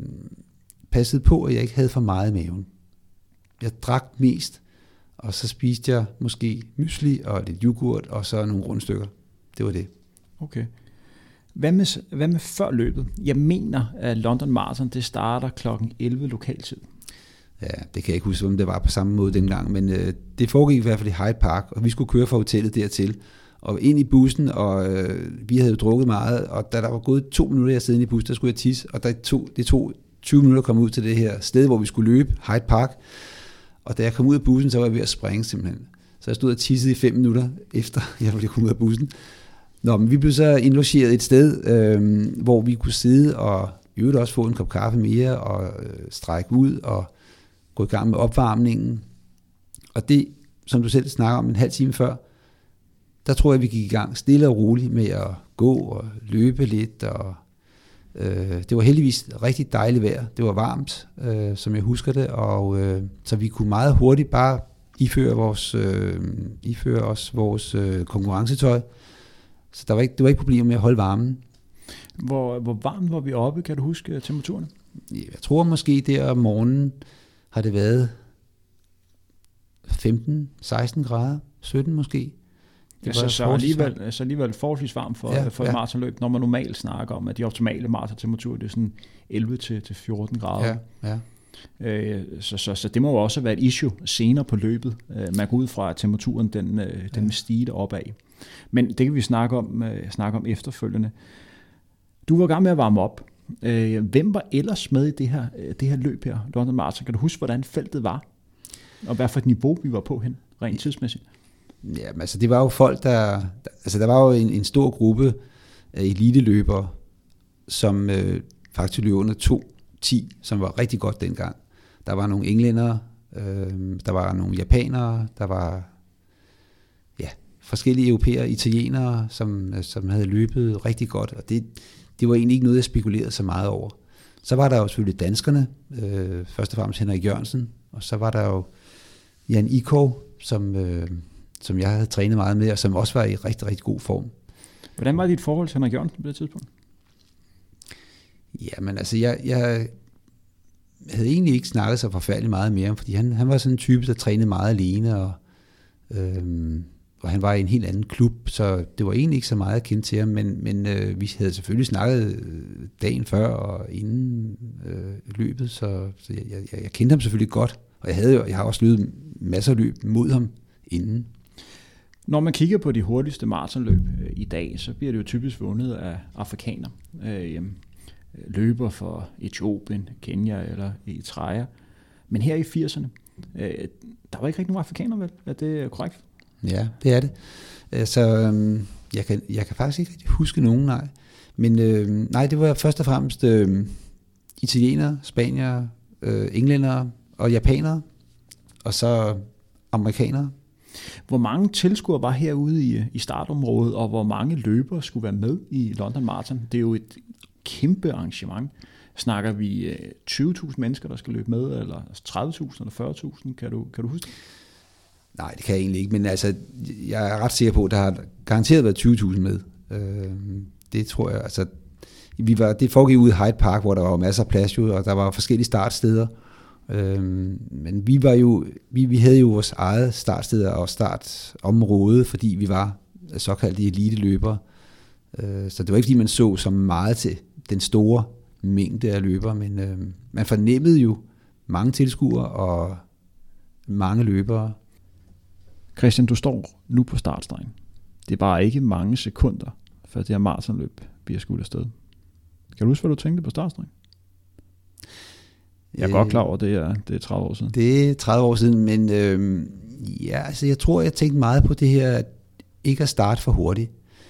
passede på, at jeg ikke havde for meget i maven. Jeg drak mest, og så spiste jeg måske mysli og lidt yoghurt, og så nogle rundstykker. Det var det. Okay. Hvad med, hvad med før løbet? Jeg mener, at London Marathon, det starter klokken elleve lokaltid. Ja, det kan jeg ikke huske, om det var på samme måde dengang, men øh, det foregik i hvert fald i Hyde Park, og vi skulle køre fra hotellet dertil, og ind i bussen, og øh, vi havde jo drukket meget, og da der var gået to minutter, jeg sad inde i bussen, der skulle jeg tisse, og der tog, det tog tyve minutter at komme ud til det her sted, hvor vi skulle løbe, Hyde Park, og da jeg kom ud af bussen, så var jeg ved at springe simpelthen. Så jeg stod og tissede i fem minutter, efter jeg ville komme ud af bussen. Nå, men vi blev så indlogeret et sted, øh, hvor vi kunne sidde og i øvrigt også få en kop kaffe mere, og øh, strække ud, og gå i gang med opvarmningen. Og det, som du selv snakker om en halv time før, der tror jeg, vi gik i gang stille og roligt med at gå og løbe lidt. Og, øh, det var heldigvis rigtig dejligt vejr. Det var varmt, øh, som jeg husker det. Og, øh, så vi kunne meget hurtigt bare iføre, vores, øh, iføre os vores øh, konkurrencetøj. Så der var ikke, det var ikke problemer med at holde varmen. Hvor, hvor varmt var vi oppe, kan du huske temperaturerne? Jeg tror måske der om morgenen har det været femten seksten grader, sytten måske. Det ja, så, så, alligevel, så alligevel forholdsvis varmt for, ja, for et ja. maratonløb, når man normalt snakker om, at de optimale maratontemperaturer, det er sådan elleve til fjorten grader. Ja, ja. Øh, så, så, så det må jo også være et issue senere på løbet. Øh, man går ud fra, at temperaturen den, øh, den ja. vil stige opad. Men det kan vi snakke om, øh, snakke om efterfølgende. Du var i gang med at varme op. Øh, hvem var ellers med i det her, det her løb her, London Marathon? Kan du huske, hvordan feltet var? Og hvad for et niveau vi var på hen, rent tidsmæssigt? Ja, altså det var jo folk, der... Altså der var jo en, en stor gruppe af eliteløbere, som øh, faktisk løb under to ti, som var rigtig godt dengang. Der var nogle englændere, øh, der var nogle japanere, der var ja, forskellige europæere, italienere, som, som havde løbet rigtig godt, og det, det var egentlig ikke noget, jeg spekulerede så meget over. Så var der jo selvfølgelig danskerne, øh, først og fremmest Henrik Jørgensen, og så var der jo Jan Ikov, som, øh, som jeg havde trænet meget med, og som også var i rigtig, rigtig god form. Hvordan var dit forhold til Henrik Jørgensen på det tidspunkt? Jamen altså, jeg, jeg havde egentlig ikke snakket så forfærdeligt meget mere om, fordi han, han var sådan en type, der trænede meget alene, og, øhm, og han var i en helt anden klub, så det var egentlig ikke så meget at kende til ham, men, men øh, vi havde selvfølgelig snakket dagen før og inden øh, løbet, så, så jeg, jeg, jeg kendte ham selvfølgelig godt, og jeg, havde jo, jeg har også løbet masser af løb mod ham inden. Når man kigger på de hurtigste maratonløb øh, i dag, så bliver det jo typisk vundet af afrikanere. Øh, løber for Etiopien, Kenya eller Eritrea. Men her i firserne, øh, der var ikke rigtig nogen afrikanere, vel? Er det korrekt? Ja, det er det. Altså, jeg kan, jeg kan faktisk ikke rigtig huske nogen, nej. Men øh, nej, det var først og fremmest øh, italienere, spaniere, øh, englændere og japanere, og så amerikanere. Hvor mange tilskuere var herude i, i startområdet, og hvor mange løbere skulle være med i London Marathon? Det er jo et kæmpe arrangement. Snakker vi tyve tusind mennesker, der skal løbe med, eller tredive tusind eller fyrre tusind? Kan du, kan du huske det? Nej, det kan jeg egentlig ikke, men altså, jeg er ret sikker på, at der har garanteret været tyve tusind med. Øh, det tror jeg, altså, vi var, det foregik ude i Hyde Park, hvor der var masser af plads, og der var forskellige startsteder, Øhm, men vi var jo, vi, vi havde jo vores eget startsted og startområde, fordi vi var såkaldte eliteløbere. Øh, så det var ikke fordi man så så meget til den store mængde af løbere, men øh, man fornemmede jo mange tilskuere og mange løbere. Christian, du står nu på startstregen. Det er bare ikke mange sekunder, før det her maratonløb bliver skudt afsted. Kan du huske, hvad du tænkte på startstregen? Jeg er øh, godt klar over, at det er, det er tredive år siden. Det er tredive år siden, men øh, ja, altså jeg tror, jeg tænkte meget på det her, at ikke at starte for hurtigt.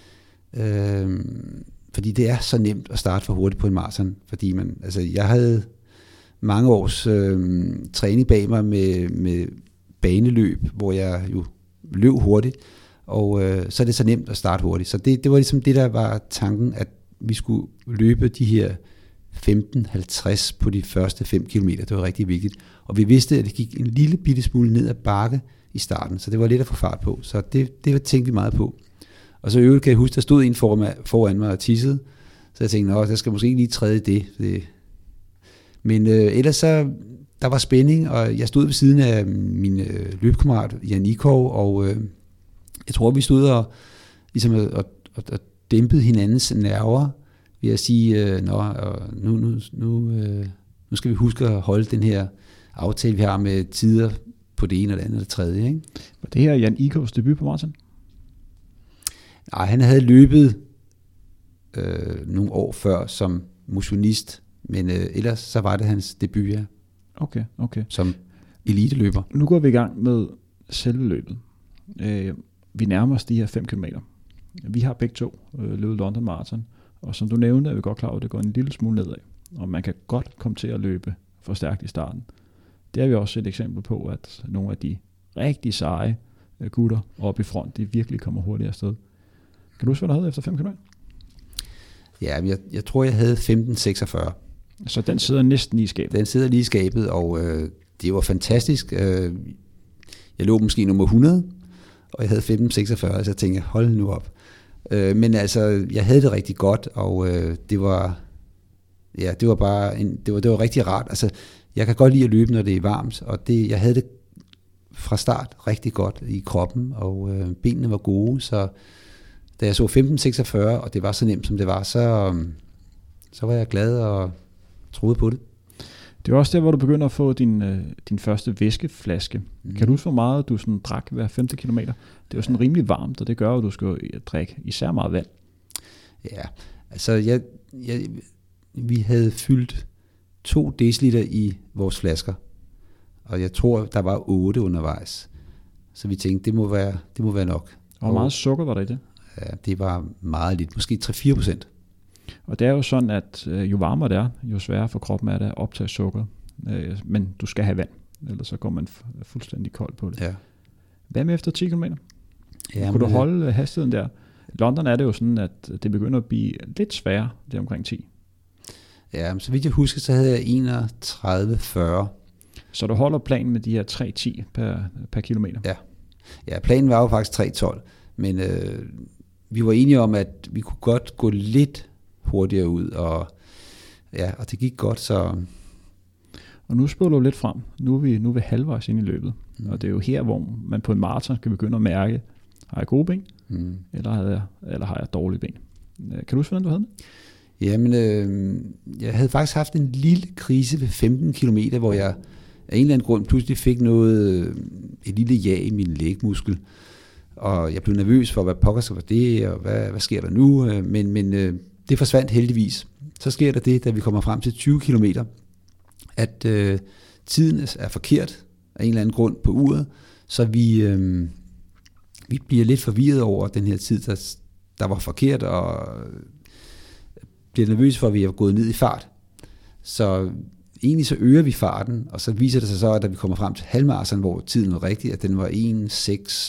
Øh, fordi det er så nemt at starte for hurtigt på en maraton. Fordi man, altså jeg havde mange års øh, træning bag mig med, med baneløb, hvor jeg jo løb hurtigt, og øh, så er det så nemt at starte hurtigt. Så det, det var ligesom det, der var tanken, at vi skulle løbe de her femten halvtreds på de første fem kilometer. Det var rigtig vigtigt. Og vi vidste, at det gik en lille bitte smule ned ad bakke i starten, så det var lidt at få fart på. Så det, det tænkte vi meget på. Og så i øvrigt kan jeg huske, der stod en foran mig og tissede, så jeg tænkte, nå, der skal måske lige træde det. det. Men øh, ellers så, der var spænding, og jeg stod ved siden af min øh, løbekammerat, Jan Ikov, og øh, jeg tror, vi stod og, ligesom, og, og, og dæmpede hinandens nerver, ved at sige, øh, nå, nu, nu, nu, øh, nu skal vi huske at holde den her aftale, vi har med tider på det ene og det andet og det tredje. Ikke? Var det her Jan Ikovs debut på maraton? Nej, han havde løbet øh, nogle år før som motionist, men øh, ellers så var det hans debut, ja. Okay, okay. Som eliteløber. Nu går vi i gang med selve løbet. Øh, vi nærmer os de her fem kilometer. Vi har begge to øh, løbet London Marathon, og som du nævnte, er vi godt klar over, at det går en lille smule nedad, og man kan godt komme til at løbe for stærkt i starten. Det har vi også et eksempel på, at nogle af de rigtig seje gutter oppe i front, de virkelig kommer hurtigt afsted. Kan du huske, hvad du havde efter fem kilometer? Ja, jeg, jeg tror, jeg havde femten seksogfyrre. Så den sidder næsten i skabet? Den sidder lige i skabet, og øh, det var fantastisk. Øh, jeg lå måske nummer hundrede, og jeg havde femten seksogfyrre, så jeg tænkte, hold nu op. Øh, men altså, jeg havde det rigtig godt, og øh, det var, ja, det var bare, en, det var, det var rigtig rart. Altså, jeg kan godt lide at løbe, når det er varmt, og det, jeg havde det fra start rigtig godt i kroppen, og øh, benene var gode, så da jeg så femten seksogfyrre, og det var så nemt, som det var, så, så var jeg glad og troede på det. Det var også der, hvor du begynder at få din, øh, din første væskeflaske. Mm. Kan du huske, hvor meget du sådan drak hver femte kilometer? Det var sådan rimelig varmt, og det gør, at du skal drikke især meget vand. Ja, altså jeg, jeg, vi havde fyldt to deciliter i vores flasker, og jeg tror, der var otte undervejs. Så vi tænkte, det må være, det må være nok. Og hvor meget sukker var der i det? Ja, det var meget lidt, måske tre til fire procent. Og det er jo sådan, at øh, jo varmere det er, jo sværere for kroppen er det at optage sukker. Øh, men du skal have vand, ellers så går man f- fuldstændig kold på det. Ja. Hvad med efter ti kilometer? Ja, kunne du holde hastigheden der? I London er det jo sådan, at det begynder at blive lidt sværere, det er omkring ti. Ja, men så vidt jeg husker, så havde jeg enogtredive fyrre. Så du holder planen med de her tre ti per, per kilometer? Ja. Ja, planen var jo faktisk tre tolv, men øh, vi var enige om, at vi kunne godt gå lidt hurtigere ud, og ja, og det gik godt, så... Og nu spiller du lidt frem. Nu er vi, nu er vi halvvejs ind i løbet, mm. og det er jo her, hvor man på en maraton kan begynde at mærke, har jeg gode ben, mm. eller, har jeg, eller har jeg dårlige ben? Kan du huske, hvordan du havde det? Jamen, øh, jeg havde faktisk haft en lille krise ved femten kilometer, hvor jeg af en eller anden grund pludselig fik noget, et lille ja i min lægmuskel, og jeg blev nervøs for, hvad pokker så var det, og hvad, hvad sker der nu, men, men øh, det forsvandt heldigvis. Så sker der det, da vi kommer frem til tyve kilometer, at øh, tiden er forkert af en eller anden grund på uret, så vi, øh, vi bliver lidt forvirret over den her tid, der, der var forkert, og bliver nervøs for, at vi er gået ned i fart. Så egentlig så øger vi farten, og så viser det sig så, at da vi kommer frem til halvmarathon, hvor tiden var rigtig, at den var en seks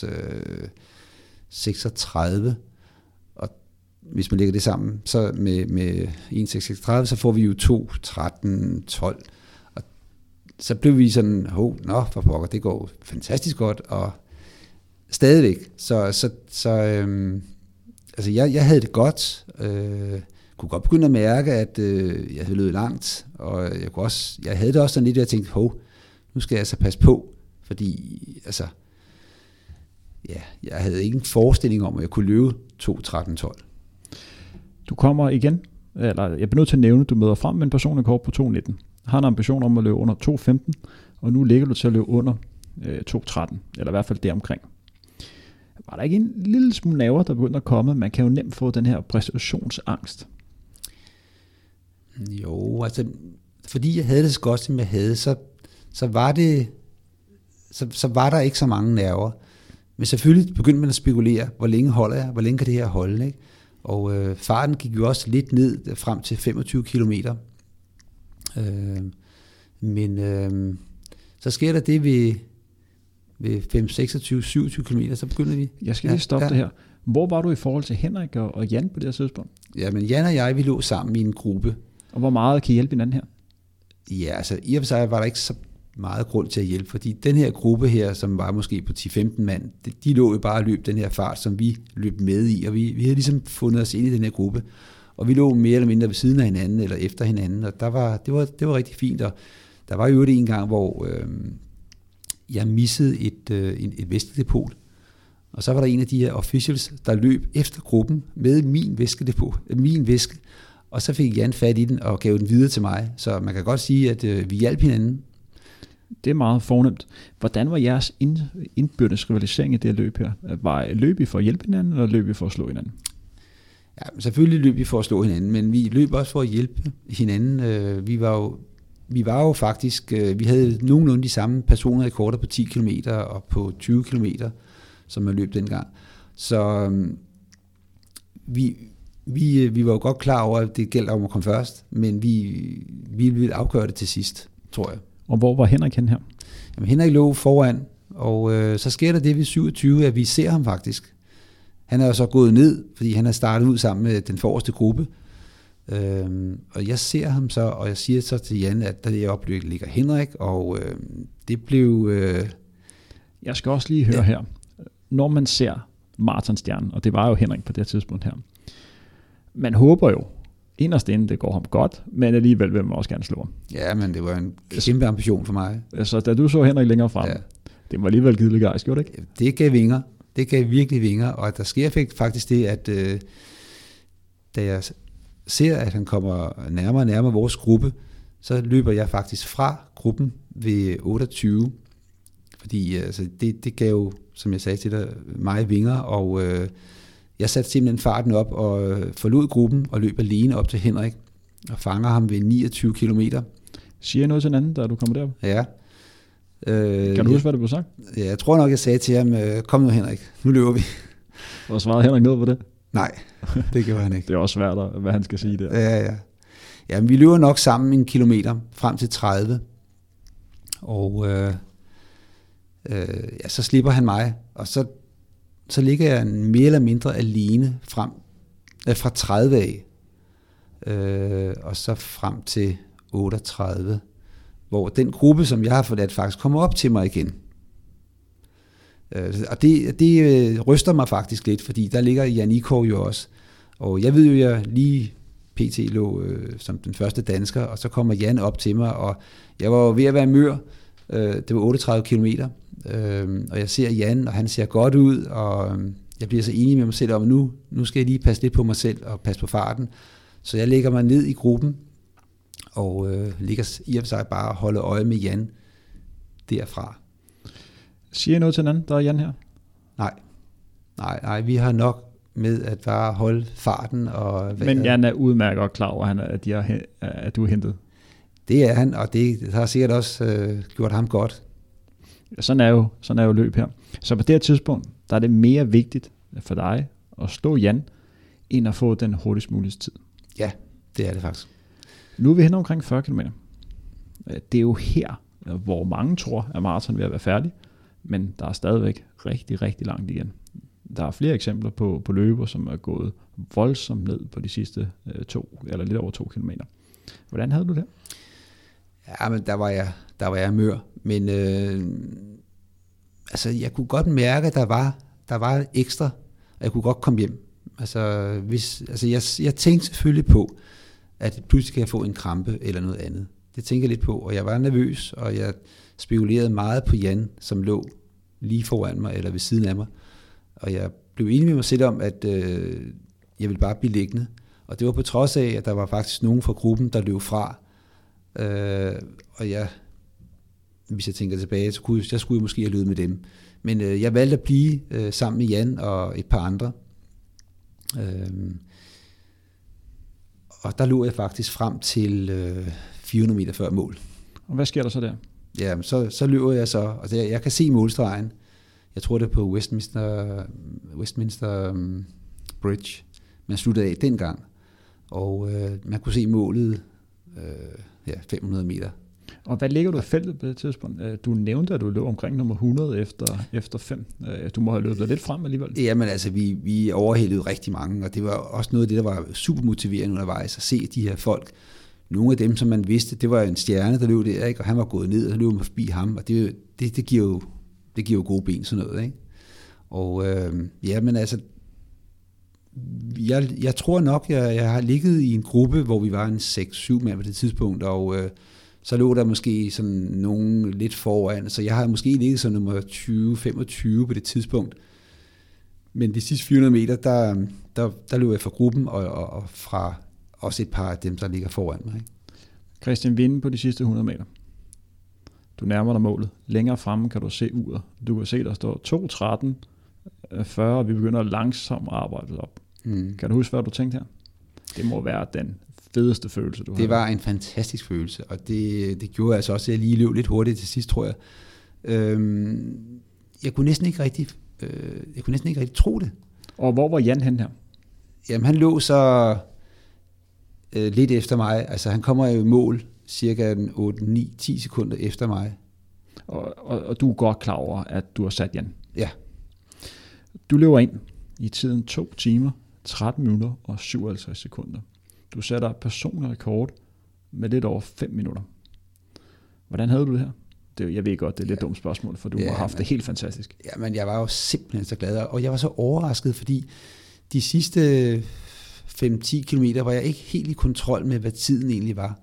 seksogtredive, og hvis man lægger det sammen så med, med en seks seksogtredive, så får vi jo to tretten tolv, og så blev vi sådan, hov, nå, for pokker, det går fantastisk godt, og stadigvæk, så, så, så øhm, altså jeg, jeg havde det godt, øh, kunne godt begynde at mærke, at øh, jeg havde løbet langt, og jeg, kunne også, jeg havde det også sådan lidt, at jeg tænkte, hov, nu skal jeg altså passe på, fordi altså, ja, jeg havde ikke en forestilling om, at jeg kunne løbe to tretten tolv. Du kommer igen, eller jeg bliver nødt til at nævne, at du møder frem med en personrekord på to nitten. Har en ambition om at løbe under to femten, og nu ligger du til at løbe under øh, to tretten, eller i hvert fald deromkring. Var der ikke en lille smule nerver, der begyndte at komme? Man kan jo nemt få den her præstationsangst. Jo, altså, fordi jeg havde det så godt, som jeg havde, så, så, var det, så, så var der ikke så mange nerver. Men selvfølgelig begyndte man at spekulere, hvor længe holder jeg, hvor længe kan det her holde, ikke? Og øh, farten gik jo også lidt ned frem til femogtyve kilometer. Øh, men øh, så sker der det ved, ved fem, seksogtyve, syvogtyve kilometer, så begynder vi. Jeg skal lige stoppe ja, ja. det her. Hvor var du i forhold til Henrik og, og Jan på det her tidspunkt? Ja, men Jan og jeg, vi lå sammen i en gruppe. Og hvor meget kan I hjælpe hinanden her? Ja, altså i og for sig var der ikke så meget grund til at hjælpe, fordi den her gruppe her, som var måske på ti femten mand, de, de lå jo bare og løb den her fart, som vi løb med i, og vi, vi havde ligesom fundet os ind i den her gruppe, og vi lå mere eller mindre ved siden af hinanden, eller efter hinanden, og der var, det, var, det var rigtig fint, og der var jo det en gang, hvor øh, jeg missede et, øh, et væskedepot, og så var der en af de her officials, der løb efter gruppen med min væskedepot, min væske, og så fik Jan fat i den og gav den videre til mig, så man kan godt sige, at øh, vi hjalp hinanden. Det er meget fornemt. Hvordan var jeres indbyrdes rivalisering i det her løb her? Var løb I for at hjælpe hinanden, eller løb I for at slå hinanden? Ja, selvfølgelig løb vi for at slå hinanden, men vi løb også for at hjælpe hinanden. Vi var jo, vi var jo faktisk, vi havde nogenlunde de samme personrekorder på ti kilometer og på tyve kilometer, som man løb dengang. Så vi, vi, vi var jo godt klar over, at det gælder om at komme først, men vi, vi ville afgøre det til sidst, tror jeg. Og hvor var Henrik hen her? Jamen, Henrik lå foran, og øh, så sker der det ved syvogtyve, at vi ser ham faktisk. Han er jo så gået ned, fordi han er startet ud sammen med den forreste gruppe. Øhm, og jeg ser ham så, og jeg siger så til Jan, at der i øjeblikket ligger Henrik, og øh, det blev... Øh, jeg skal også lige høre ja. her. Når man ser maratonstjernen, og det var jo Henrik på det her tidspunkt her, man håber jo, inderst inde, det går ham godt, men alligevel vil man også gerne slå ham. Ja, men det var en kæmpe ambition for mig. Så da du så Henrik længere frem, ja. det var alligevel givet lidt gejst, gjorde det ikke? Det gav vinger. Det gav virkelig vinger, og der sker faktisk det, at øh, da jeg ser, at han kommer nærmere og nærmere vores gruppe, så løber jeg faktisk fra gruppen ved otteogtyve, fordi altså, det, det gav jo, som jeg sagde til dig, mig vinger, og øh, jeg satte simpelthen farten op og forlod gruppen og løb alene op til Henrik og fanger ham ved niogtyve kilometer. Siger jeg noget til en anden, da du kommer derop? Ja. Øh, kan du huske, hvad det blev sagt? Ja, jeg tror nok, jeg sagde til ham, kom nu Henrik, nu løber vi. Og svarede Henrik noget på det? Nej, det gjorde han ikke. Det er også svært, hvad han skal sige der. Ja, ja. Ja, men vi løber nok sammen en kilometer frem til tredive. Og øh, øh, ja, så slipper han mig, og så så ligger jeg mere eller mindre alene frem, øh, fra tredive af, øh, og så frem til otteogtredive, hvor den gruppe, som jeg har forladt, faktisk kommer op til mig igen. Øh, og det, det øh, ryster mig faktisk lidt, fordi der ligger Jan Ikov jo også, og jeg ved jo, jeg lige pt. Lå øh, som den første dansker, og så kommer Jan op til mig, og jeg var ved at være mør, øh, det var otteogtredive kilometer, Øhm, og jeg ser Jan, og han ser godt ud, og jeg bliver så enig med mig selv om, at nu, nu skal jeg lige passe lidt på mig selv og passe på farten. Så jeg lægger mig ned i gruppen, og øh, ligger i og for sig bare og holder øje med Jan derfra. Siger jeg noget til den anden, der er Jan her? Nej, nej, nej, vi har nok med at bare holde farten. Og men Jan er udmærket og klar over, at, de er, at du er hentet? Det er han, og det har sikkert også øh, gjort ham godt. Sådan er, jo, sådan er jo løb her. Så på det her tidspunkt, der er det mere vigtigt for dig at slå Jan, end at få den hurtigst mulige tid. Ja, det er det faktisk. Nu er vi hen omkring fyrre kilometer. Det er jo her, hvor mange tror, at maraton vil være færdig, men der er stadigvæk rigtig, rigtig langt igen. Der er flere eksempler på, på løber, som er gået voldsomt ned på de sidste øh, to, eller lidt over to kilometer. Hvordan havde du det? Ja, men der var jeg, der var jeg mør. Men øh, altså, jeg kunne godt mærke, at der var, der var ekstra, og jeg kunne godt komme hjem. Altså, hvis, altså jeg, jeg tænkte selvfølgelig på, at pludselig kan jeg få en krampe eller noget andet. Det tænker jeg lidt på, og jeg var nervøs, og jeg spekulerede meget på Jan, som lå lige foran mig, eller ved siden af mig. Og jeg blev enig med mig selv om, at øh, jeg ville bare blive liggende. Og det var på trods af, at der var faktisk nogen fra gruppen, der løb fra. Øh, og jeg, hvis jeg tænker tilbage, så kunne jeg, skulle jeg måske have løbet med dem. Men øh, jeg valgte at blive øh, sammen med Jan og et par andre. Øh, og der lå jeg faktisk frem til øh, fire hundrede meter før mål. Og hvad sker der så der? Ja, så, så løber jeg så, og det, jeg kan se målstregen. Jeg tror det er på Westminster, Westminster um, Bridge. Man sluttede af dengang, og øh, man kunne se målet øh, ja, fem hundrede meter. Og hvad ligger du i feltet på det tidspunkt? Du nævnte, at du løb omkring nummer hundrede efter, efter fem. Du må have løbet lidt frem alligevel. Jamen altså, vi, vi overhældede rigtig mange, og det var også noget af det, der var super motiverende undervejs, at se de her folk. Nogle af dem, som man vidste, det var en stjerne, der løb der, ikke? Og han var gået ned, og så løb man forbi ham, og det, det, det, giver, jo, det giver jo gode ben, sådan noget. Ikke? Og øh, ja, men altså, jeg, jeg tror nok, jeg, jeg har ligget i en gruppe, hvor vi var en seks syv mand på det tidspunkt, og øh, så lå der måske sådan nogen lidt foran, så jeg har måske ligget som nummer tyve femogtyve på det tidspunkt. Men de sidste fire hundrede meter, der, der, der løb jeg fra gruppen, og, og, og fra også et par af dem, der ligger foran mig. Ikke? Christian, vinde på de sidste hundrede meter. Du nærmer dig målet. Længere fremme kan du se uret. Du kan se, der står to tretten fyrre, og vi begynder langsomt at arbejde op. Mm. Kan du huske, hvad du tænkte her? Det må være den fedeste følelse, du har. Det var en fantastisk følelse, og det, det gjorde altså også, at jeg lige løb lidt hurtigt til sidst, tror jeg. Øhm, jeg kunne næsten ikke rigtig, øh, jeg kunne næsten ikke rigtig tro det. Og hvor var Jan hen her? Jamen, han lå så øh, lidt efter mig. Altså, han kommer jo i mål cirka otte ni ti sekunder efter mig. Og, og, og du er godt klar over, at du har sat Jan? Ja. Du løber ind i tiden to timer, tretten minutter og syvoghalvtreds sekunder. Du sætter personlig rekord med lidt over fem minutter. Hvordan havde du det her? Det, jeg ved godt, det er et lidt ja. dumt spørgsmål, for du ja, har haft men, det helt fantastisk. Ja, men jeg var jo simpelthen så glad, og jeg var så overrasket, fordi de sidste fem til ti kilometer var jeg ikke helt i kontrol med, hvad tiden egentlig var.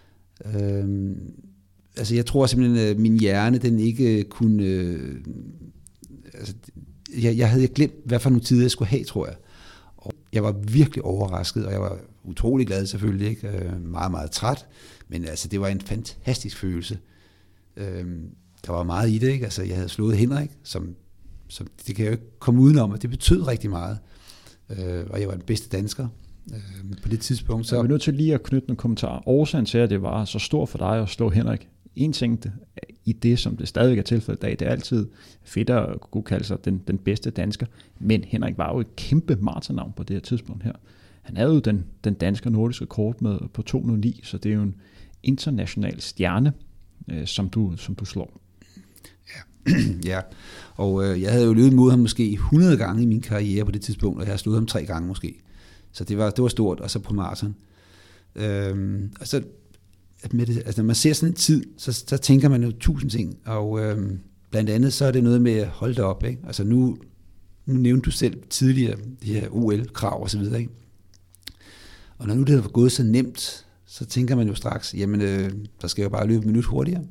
Øhm, altså jeg tror simpelthen, at min hjerne, den ikke kunne... Øh, altså, jeg, jeg havde glemt, hvad for nogle tider jeg skulle have, tror jeg. Og jeg var virkelig overrasket, og jeg var utrolig glad selvfølgelig, ikke? Øh, meget, meget træt, men altså det var en fantastisk følelse. Øh, der var meget i det, ikke? Altså jeg havde slået Henrik, som, som det kan jeg jo ikke komme udenom, og det betød rigtig meget. Øh, og jeg var den bedste dansker øh, på det tidspunkt. Så jeg er nødt til lige at knytte nogle kommentarer. Årsagen til, at det var så stort for dig at slå Henrik. En ting i det, som det stadig er tilfældet i dag, det er altid fedt at kunne kalde sig den, den bedste dansker. Men Henrik var jo et kæmpe maratonavn på det her tidspunkt her. Han havde jo den, den danske nordiske rekord med på to nul ni, så det er jo en international stjerne, øh, som, du, som du slår. Ja, ja. Og øh, jeg havde jo løbet mod ham måske hundrede gange i min karriere på det tidspunkt, og jeg har slået ham tre gange måske. Så det var, det var stort, og så på maraton. Øhm, og så med det, altså når man ser sådan en tid, så, så tænker man jo tusind ting, og øhm, blandt andet så er det noget med at holde det op, ikke? Altså nu, nu nævnte du selv tidligere de her O L-krav og så videre, ikke? Og når nu det har gået så nemt, så tænker man jo straks, jamen øh, der skal jeg jo bare løbe et minut hurtigere.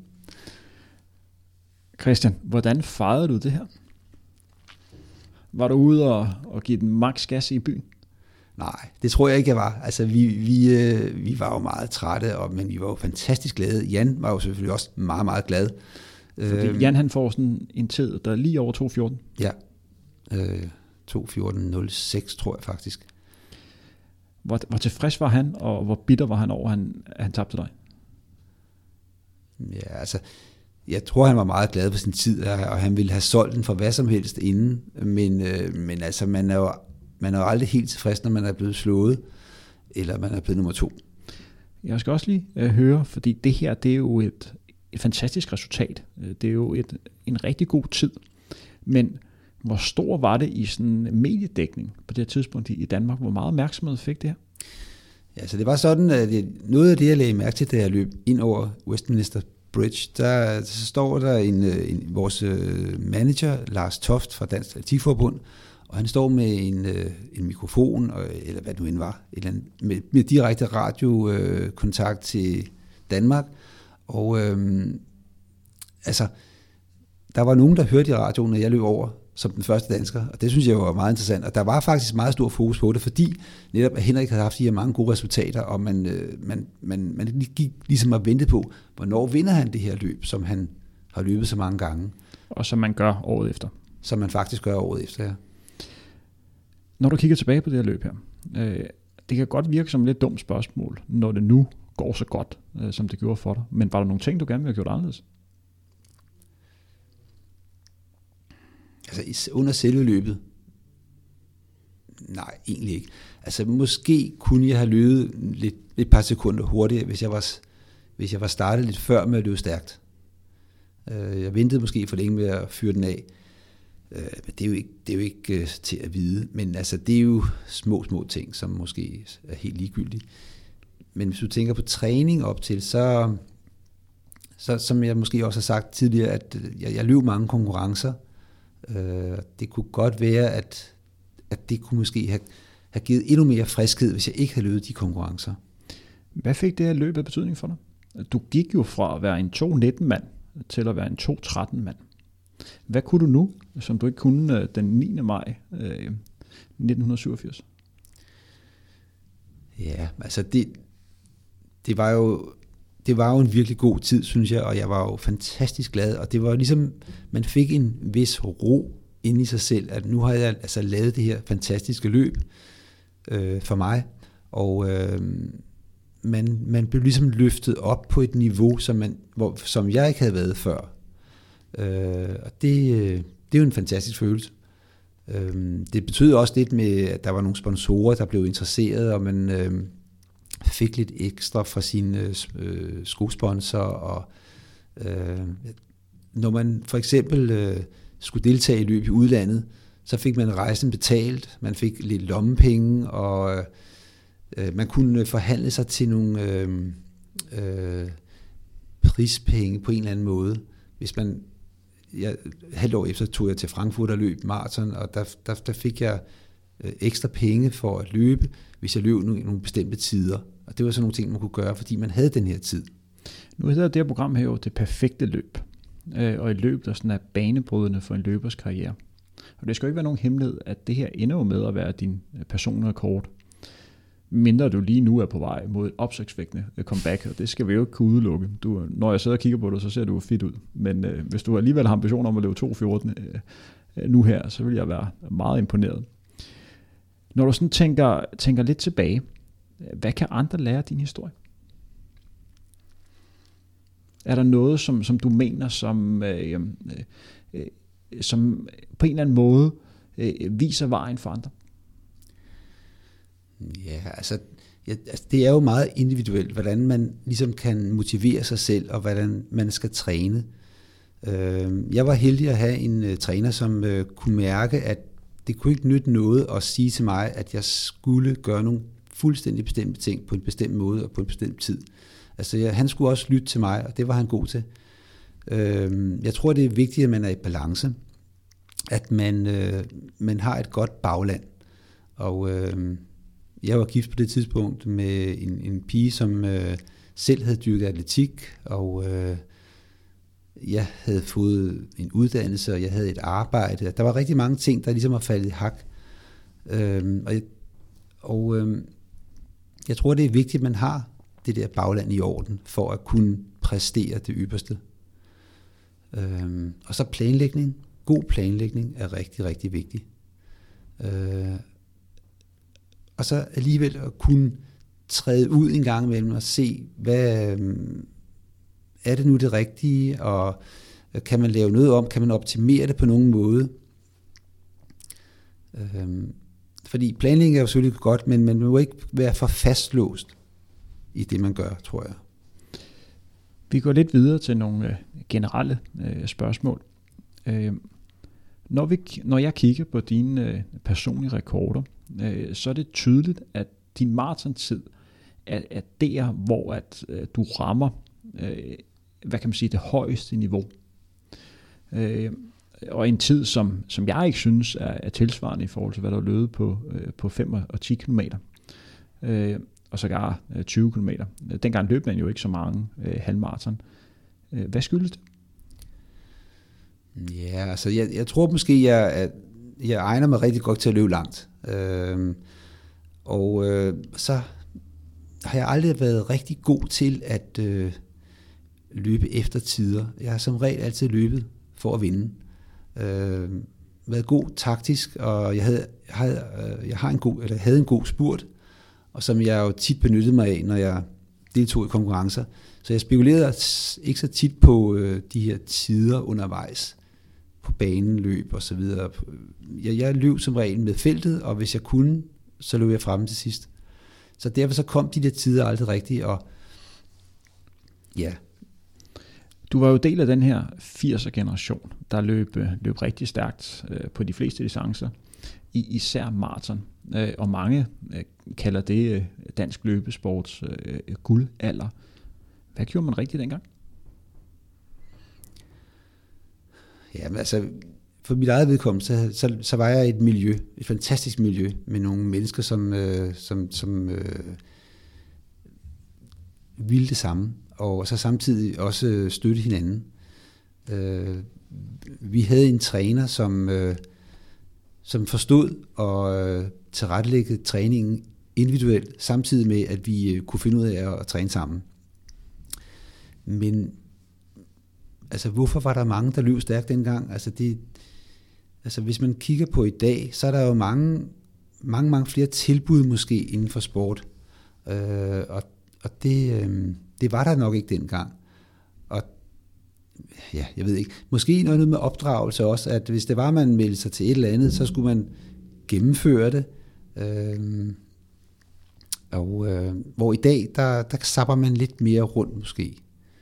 Christian, hvordan fejrede du det her? Var du ude og, og give den maks gas i byen? Nej, det tror jeg ikke, jeg var. Altså, vi, vi, øh, vi var jo meget trætte, og, men vi var jo fantastisk glade. Jan var jo selvfølgelig også meget, meget glad. Fordi øhm, Jan, han får sådan en tid, der er lige over to fjorten. Ja, øh, to fjorten nul seks tror jeg faktisk. Hvor, hvor tilfreds var han, og hvor bitter var han over, at han, at han tabte dig? Ja, altså, jeg tror, han var meget glad for sin tid, og han ville have solgt den for hvad som helst inden. Men, øh, men altså, man er jo Man er jo aldrig helt tilfreds, når man er blevet slået, eller man er blevet nummer to. Jeg skal også lige øh, høre, fordi det her, det er jo et, et fantastisk resultat. Det er jo et, en rigtig god tid. Men hvor stor var det i sådan en mediedækning på det her tidspunkt i Danmark? Hvor meget opmærksomhed fik det her? Ja, så det var sådan, at det, noget af det, jeg lagde mærke til, da jeg løb ind over Westminster Bridge, der så står der en, en, vores manager, Lars Toft fra Dansk Atletikforbund, og han står med en, øh, en mikrofon, og, eller hvad det nu end var, eller en, med, med direkte radiokontakt øh, til Danmark, Og øhm, altså, der var nogen, der hørte i radioen, når jeg løb over som den første dansker, og det synes jeg var meget interessant. Og der var faktisk meget stor fokus på det, fordi netop at Henrik havde haft de her mange gode resultater, og man, øh, man, man, man gik ligesom at vente på, hvornår vinder han det her løb, som han har løbet så mange gange. Og som man gør året efter. Som man faktisk gør året efter, ja. Når du kigger tilbage på det her løb her, øh, det kan godt virke som et lidt dumt spørgsmål, når det nu går så godt, øh, som det gjorde for dig. Men var der nogle ting, du gerne ville have gjort anderledes? Altså under selve løbet? Nej, egentlig ikke. Altså måske kunne jeg have løbet lidt, et par sekunder hurtigere, hvis jeg var, hvis jeg var startet lidt før med at løbe stærkt. Øh, jeg ventede måske for længe med at fyre den af. Øh, men det er jo ikke, det er jo ikke uh, til at vide. Men altså, det er jo små, små ting, som måske er helt ligegyldige. Men hvis du tænker på træning op til, så, så som jeg måske også har sagt tidligere, at jeg, jeg løb mange konkurrencer. Øh, det kunne godt være, at, at det kunne måske have, have givet endnu mere friskhed, hvis jeg ikke havde løbet de konkurrencer. Hvad fik det her løb af betydning for dig? Du gik jo fra at være en to nitten mand til at være en to tretten mand. Hvad kunne du nu, som du ikke kunne den niende maj øh, nitten syvogfirs? Ja, altså det, det var jo det var jo en virkelig god tid, synes jeg, og jeg var jo fantastisk glad, og det var ligesom, man fik en vis ro inde i sig selv, at nu har jeg altså lavet det her fantastiske løb øh, for mig, og øh, man, man blev ligesom løftet op på et niveau, som, man, hvor, som jeg ikke havde været før. Øh, og det, det er jo en fantastisk følelse. Øh, det betød også lidt med, at der var nogle sponsorer, der blev interesseret, og man øh, fik lidt ekstra fra sine øh, skosponsorer, og øh, når man for eksempel øh, skulle deltage i løb i udlandet, så fik man rejsen betalt, man fik lidt lommepenge, og øh, man kunne forhandle sig til nogle øh, øh, prispenge på en eller anden måde. Hvis man, jeg, halvt år efter tog jeg til Frankfurt og løb maraton, og der, der, der fik jeg øh, ekstra penge for at løbe, hvis jeg løb nogle, nogle bestemte tider. Og det var sådan nogle ting, man kunne gøre, fordi man havde den her tid. Nu hedder det her program her jo det perfekte løb. Øh, og et løb, der sådan er banebrydende for en løbers karriere. Og det skal jo ikke være nogen hemmelighed, at det her ender jo med at være din personlige rekord. Mindre du lige nu er på vej mod et opsigtsvækkende comeback, og det skal vi jo ikke kunne udelukke. Du, når jeg sidder og kigger på dig, så ser du fit ud. Men øh, hvis du alligevel har ambitioner om at løbe to fjorten øh, nu her, så vil jeg være meget imponeret. Når du sådan tænker, tænker lidt tilbage, hvad kan andre lære af din historie? Er der noget, som, som du mener, som, øh, øh, som på en eller anden måde øh, viser vejen for andre? Ja, altså, ja, altså det er jo meget individuelt, hvordan man ligesom kan motivere sig selv, og hvordan man skal træne. Øh, jeg var heldig at have en uh, træner, som uh, kunne mærke, at det kunne ikke nytte noget at sige til mig, at jeg skulle gøre nogle fuldstændig bestemte ting på en bestemt måde og på en bestemt tid. Altså, ja, han skulle også lytte til mig, og det var han god til. Øh, jeg tror, det er vigtigt, at man er i balance, at man, øh, man har et godt bagland. Og øh, jeg var gift på det tidspunkt med en, en pige, som øh, selv havde dyrket atletik, og øh, jeg havde fået en uddannelse, og jeg havde et arbejde. Der var rigtig mange ting, der ligesom var faldet i hak. Øh, og jeg, og øh, jeg tror, det er vigtigt, at man har det der bagland i orden, for at kunne præstere det ypperste. Øh, og så planlægning. God planlægning er rigtig, rigtig vigtig. Øh, og så alligevel at kunne træde ud en gang imellem og se, hvad øh, er det nu det rigtige, og kan man lave noget om, kan man optimere det på nogen måde. Øh, fordi planlægning er jo selvfølgelig godt, men man må ikke være for fastlåst i det, man gør, tror jeg. Vi går lidt videre til nogle øh, generelle øh, spørgsmål. Øh, når, vi, når jeg kigger på dine øh, personlige rekorder, øh, så er det tydeligt, at din maratontid er, er der, hvor at, øh, du rammer øh, hvad kan man sige, det højeste niveau. Øh, og en tid, som, som jeg ikke synes er, er tilsvarende i forhold til, hvad der er løbet på, øh, på fem og ti kilometer. Øh, og sågar tyve kilometer. Dengang løb man jo ikke så mange øh, halvmaraton. Hvad skyldes det? Ja, altså jeg, jeg tror måske, jeg, at jeg egner mig rigtig godt til at løbe langt. Øh, og øh, så har jeg aldrig været rigtig god til at øh, løbe efter tider. Jeg har som regel altid løbet for at vinde. Øh, været god taktisk, og jeg havde, havde jeg har en god eller havde en god spurt, og som jeg jo tit benyttede mig af, når jeg deltog i konkurrencer. Så jeg spekulerede ikke så tit på øh, de her tider undervejs på banen, løb og så videre. Jeg, jeg løb som regel med feltet, og hvis jeg kunne, så løb jeg frem til sidst. Så derfor så kom de der tider aldrig rigtigt, og ja. Du var jo del af den her firser-generation, der løb, løb rigtig stærkt øh, på de fleste distancer, i, især maraton. Øh, og mange øh, kalder det øh, dansk løbesports øh, guldalder. Hvad gjorde man rigtigt dengang? Ja, men altså, for mit eget vedkommende, så, så, så var jeg i et miljø, et fantastisk miljø, med nogle mennesker, som, øh, som, som øh, ville det samme, og så samtidig også støtte hinanden. Øh, vi havde en træner, som, øh, som forstod at øh, tilrettelægge træningen individuelt, samtidig med, at vi øh, kunne finde ud af at, at træne sammen. Men altså, hvorfor var der mange, der løb stærkt dengang? Altså, det, altså, hvis man kigger på i dag, så er der jo mange, mange, mange flere tilbud måske inden for sport. Øh, og og det, øh, det var der nok ikke dengang. Og ja, jeg ved ikke. Måske noget med opdragelse også, at hvis det var, man meldte sig til et eller andet, så skulle man gennemføre det. Øh, og øh, hvor i dag, der, der sapper man lidt mere rundt måske.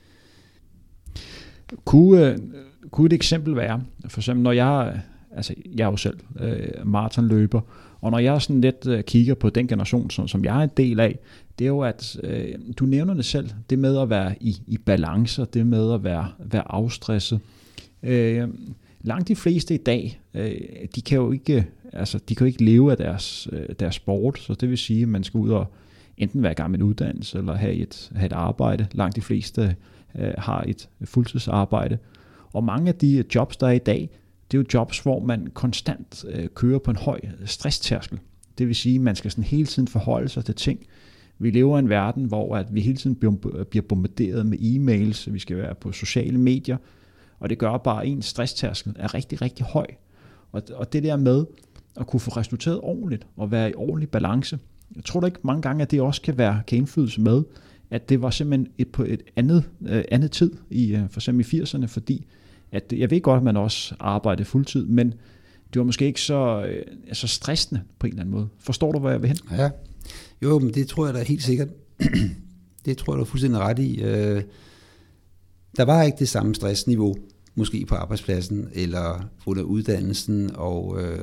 Kunne, kunne et eksempel være, for eksempel når jeg, altså jeg er jo selv øh, maratonløber, og når jeg sådan lidt øh, kigger på den generation, som, som jeg er en del af, det er jo, at øh, du nævner det selv, det med at være i, i balance, det med at være, være afstresset. Øh, langt de fleste i dag, øh, de kan jo ikke, altså de kan jo ikke leve af deres, øh, deres sport, så det vil sige, at man skal ud og enten være i gang med en uddannelse, eller have et, have et arbejde. Langt de fleste øh, har et fuldtidsarbejde. Og mange af de jobs, der er i dag, det er jo jobs, hvor man konstant øh, kører på en høj stresstærskel. Det vil sige, at man skal sådan hele tiden forholde sig til ting. Vi lever i en verden, hvor at vi hele tiden bliver bombarderet med e-mails, vi skal være på sociale medier, og det gør bare, at ens stresstærskel er rigtig, rigtig høj. Og, og det der med at kunne få resulteret ordentligt og være i ordentlig balance, jeg tror da ikke mange gange, at det også kan være kan indflydelse med, at det var simpelthen et, på et andet, øh, andet tid, i, for eksempel i firserne, fordi at jeg ved godt, at man også arbejdede fuldtid, men det var måske ikke så, øh, så stressende på en eller anden måde. Forstår du, hvor jeg vil hen? Ja, jo, men det tror jeg da helt sikkert. Det tror jeg, du er fuldstændig ret i. Øh, der var ikke det samme stressniveau, måske på arbejdspladsen eller under uddannelsen, og øh,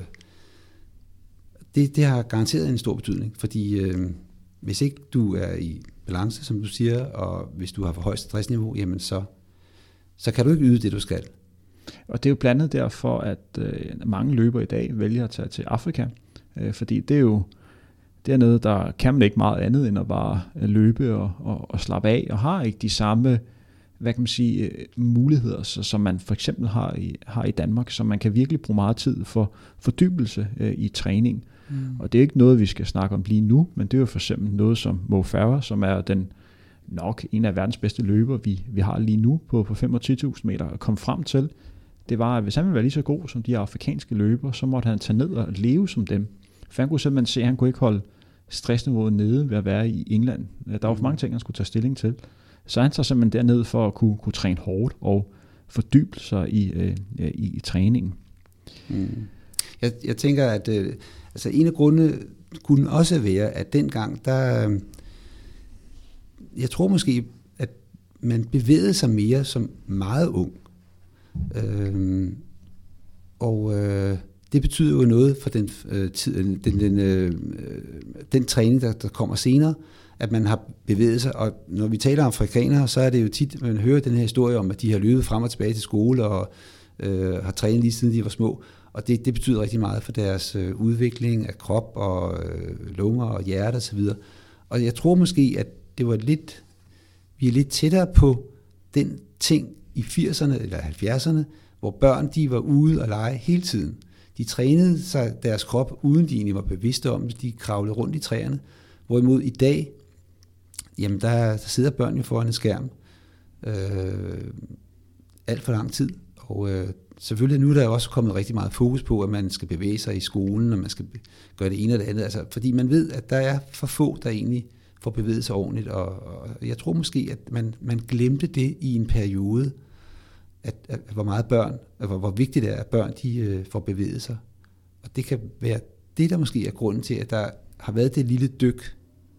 det, det har garanteret en stor betydning, fordi øh, hvis ikke du er i balance, som du siger, og hvis du har for højt stressniveau, jamen så, så kan du ikke yde det, du skal. Og det er jo blandt andet derfor, at øh, mange løbere i dag vælger at tage til Afrika, øh, fordi det er jo dernede, der kan man ikke meget andet end at bare løbe og, og, og slappe af, og har ikke de samme, hvad kan man sige, muligheder, så, som man for eksempel har i, har i Danmark, så man kan virkelig bruge meget tid for fordybelse øh, i træning. Mm. Og det er ikke noget, vi skal snakke om lige nu, men det er jo for eksempel noget som Mo Farah, som er den nok en af verdens bedste løbere, vi, vi har lige nu på, på fem og ti tusind meter, og kom frem til, det var, at hvis han ville være lige så god som de afrikanske løbere, så måtte han tage ned og leve som dem. For han kunne simpelthen se, at han kunne ikke holde stressniveauet nede ved at være i England. Der var for mange ting, han skulle tage stilling til. Så han tager simpelthen derned for at kunne, kunne træne hårdt og fordybe sig i, øh, i, i træningen. Mm. Jeg, jeg tænker, at øh, altså en af grundene kunne også være, at dengang, der, øh, jeg tror måske, at man bevægede sig mere som meget ung. Øh, og øh, det betyder jo noget for den, øh, tid, den, den, øh, den træning, der, der kommer senere, at man har bevæget sig, og når vi taler om afrikanere, så er det jo tit, man hører den her historie om, at de har løbet frem og tilbage til skole, og øh, har trænet lige siden de var små, og det, det betyder rigtig meget for deres øh, udvikling af krop, og øh, lunger, og hjerte osv. Og jeg tror måske, at det var lidt, vi er lidt tættere på den ting i firserne eller halvfjerdserne, hvor børn de var ude og lege hele tiden. De trænede sig deres krop, uden de egentlig var bevidste om det. De kravlede rundt i træerne. Hvorimod i dag, jamen der, der sidder børn jo foran en skærm øh, alt for lang tid. Og øh, selvfølgelig nu er der også kommet rigtig meget fokus på, at man skal bevæge sig i skolen, og man skal gøre det ene og det andet. Altså, fordi man ved, at der er for få, der egentlig får bevæget sig ordentligt. Og, og jeg tror måske, at man, man glemte det i en periode, at, at hvor meget børn, at hvor, hvor vigtigt det er, at børn de, øh, får bevæget sig. Og det kan være det, der måske er grunden til, at der har været det lille dyk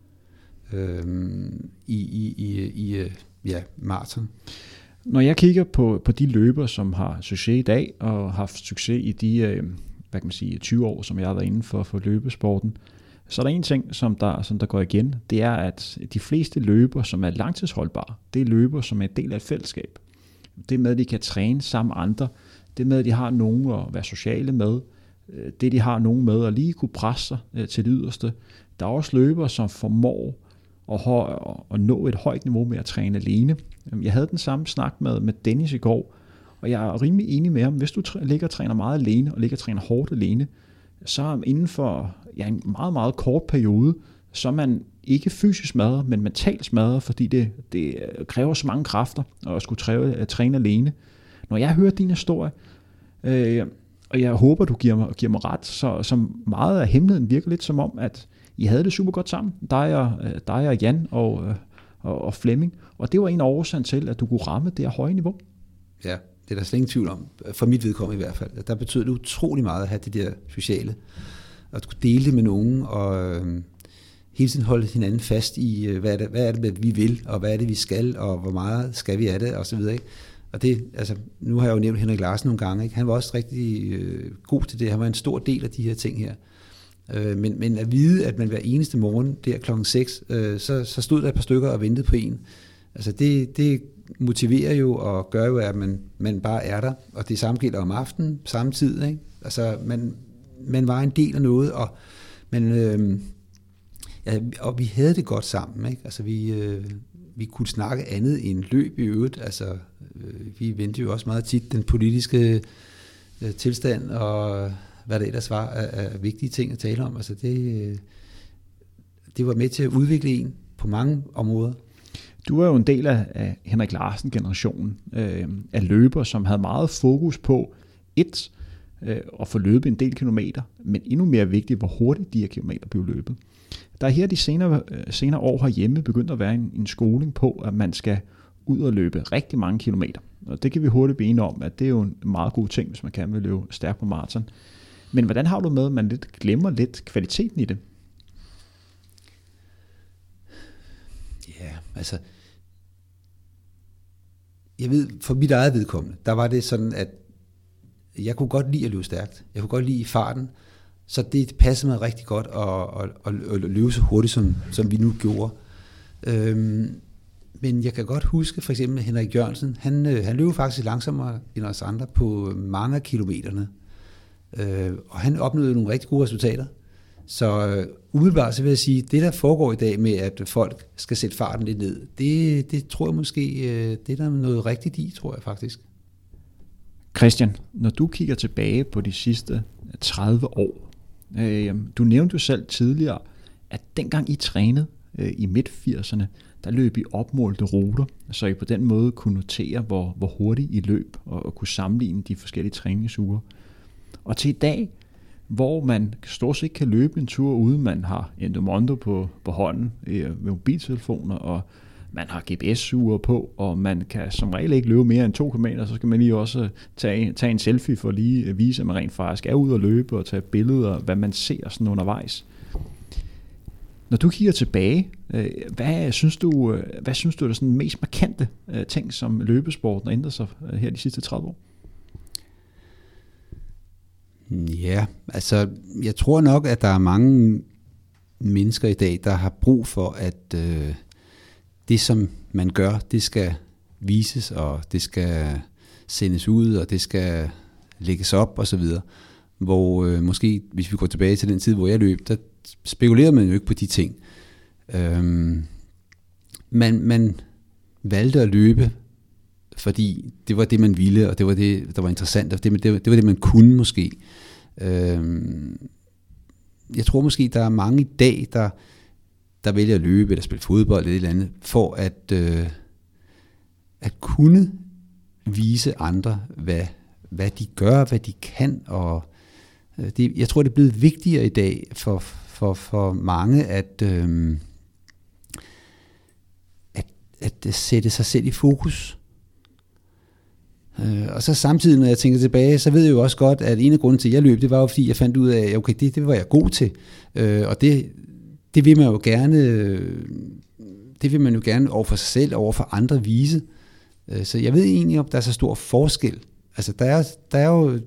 øh, i, i, i, i ja, maraton. Når jeg kigger på, på de løbere, som har succes i dag, og har haft succes i de øh, hvad kan man sige, tyve år, som jeg har været inden for, for løbesporten, så er der en ting, som der, som der går igen, det er, at de fleste løbere, som er langtidsholdbare, det er løbere, som er en del af et fællesskab. Det med, at de kan træne sammen med andre, det med, at de har nogen at være sociale med, det de har nogen med at lige kunne presse sig til det yderste. Der er også løbere, som formår at, at nå et højt niveau med at træne alene. Jeg havde den samme snak med, med Dennis i går, og jeg er rimelig enig med ham. Hvis du træ, ligger og træner meget alene, og ligger og træner hårdt alene, så inden for ja, en meget, meget kort periode, så er man ikke fysisk smadret, men mentalt smadret, fordi det, det kræver så mange kræfter at skulle træne, at træne alene. Når jeg hører din historie, øh, og jeg håber, du giver mig, giver mig ret, så, så meget af hemmeligheden virker lidt som om, at I havde det super godt sammen, dig og, dig og Jan og, og, og Flemming, og det var en af årsagen til, at du kunne ramme det her høje niveau. Ja, det er der slet ingen tvivl om, for mit vedkommende i hvert fald. Der betød det utrolig meget at have det der sociale, at kunne dele det med nogen, og øh, hele tiden holde hinanden fast i, hvad er, det, hvad er det, vi vil, og hvad er det, vi skal, og hvor meget skal vi af det, og så videre, ikke? Og det, altså, nu har jeg jo nævnt Henrik Larsen nogle gange, ikke? Han var også rigtig øh, god til det, han var en stor del af de her ting her. Øh, men, men at vide, at man hver eneste morgen, der klokken seks, øh, så, så stod der et par stykker og ventede på en. Altså det, det motiverer jo og gør jo, at man, man bare er der, og det samme gælder om aftenen, samme tid, ikke? Altså man, man var en del af noget, og, man, øh, ja, og vi havde det godt sammen, ikke? Altså vi... Øh, Vi kunne snakke andet end løb i øvrigt. Altså, øh, vi vendte jo også meget tit den politiske øh, tilstand, og hvad det ellers var af, af vigtige ting at tale om. Altså, det, øh, det var med til at udvikle en på mange områder. Du er jo en del af, af Henrik Larsen-generationen øh, af løbere, som havde meget fokus på et, øh, at få løbet en del kilometer, men endnu mere vigtigt, hvor hurtigt de her kilometer blev løbet. Der er her de senere, senere år herhjemme begyndt at være en, en skoling på, at man skal ud og løbe rigtig mange kilometer. Og det kan vi hurtigt blive enige om, at det er jo en meget god ting, hvis man kan vil løbe stærkt på maraton. Men hvordan har du med, at man lidt glemmer lidt kvaliteten i det? Ja, altså... Jeg ved, for mit eget vedkommende, der var det sådan, at jeg kunne godt lide at løbe stærkt. Jeg kunne godt lide farten. Så det passede mig rigtig godt at, at, at, at løbe så hurtigt, som, som vi nu gjorde. Øhm, men jeg kan godt huske, for eksempel Henrik Jørgensen, han, han løb faktisk langsommere end os andre på mange af kilometerne. Øh, og han opnåede nogle rigtig gode resultater. Så øh, umiddelbart så vil jeg sige, det der foregår i dag med, at folk skal sætte farten lidt ned, det, det tror jeg måske, øh, det er der noget rigtigt i, tror jeg faktisk. Christian, når du kigger tilbage på de sidste tredive år, øh, du nævnte jo selv tidligere, at dengang I trænede øh, i midt firserne, der løb I opmålte ruter, så I på den måde kunne notere, hvor, hvor hurtigt I løb, og, og kunne sammenligne de forskellige træningsuger. Og til i dag, hvor man stort set kan løbe en tur, uden man har Endomondo på, på hånden øh, med mobiltelefoner, og man har G P S-ure på, og man kan som regel ikke løbe mere end to kilometer, så skal man lige også tage, tage en selfie for lige at vise, at man rent faktisk er ude og løbe og tage billeder af, hvad man ser sådan undervejs. Når du kigger tilbage, hvad synes du, hvad synes du er sådan mest markante ting, som løbesporten har ændret sig her de sidste tredive år? Ja, altså jeg tror nok, at der er mange mennesker i dag, der har brug for, at øh, det som man gør, det skal vises, og det skal sendes ud, og det skal lægges op og så videre. Hvor øh, måske, hvis vi går tilbage til den tid, hvor jeg løb, der spekulerede man jo ikke på de ting. Øhm, man, man valgte at løbe fordi det var det, man ville, og det var det, der var interessant, og det, det, det var det, man kunne måske. Øhm, jeg tror måske, der er mange i dag, der, der vælger at løbe, eller spille fodbold, eller et eller andet, for at, øh, at kunne vise andre, hvad, hvad de gør, hvad de kan, og øh, det, jeg tror, det er blevet vigtigere i dag for, for, for mange, at, øh, at, at sætte sig selv i fokus. Og så samtidig, når jeg tænker tilbage, så ved jeg jo også godt, at en af grunden til, at jeg løb, det var jo, fordi jeg fandt ud af, okay, det, det var jeg god til. Og det, det vil man jo gerne, det vil man jo gerne over for sig selv, over for andre vise. Så jeg ved egentlig, om der er så stor forskel. Altså, der er, der er jo,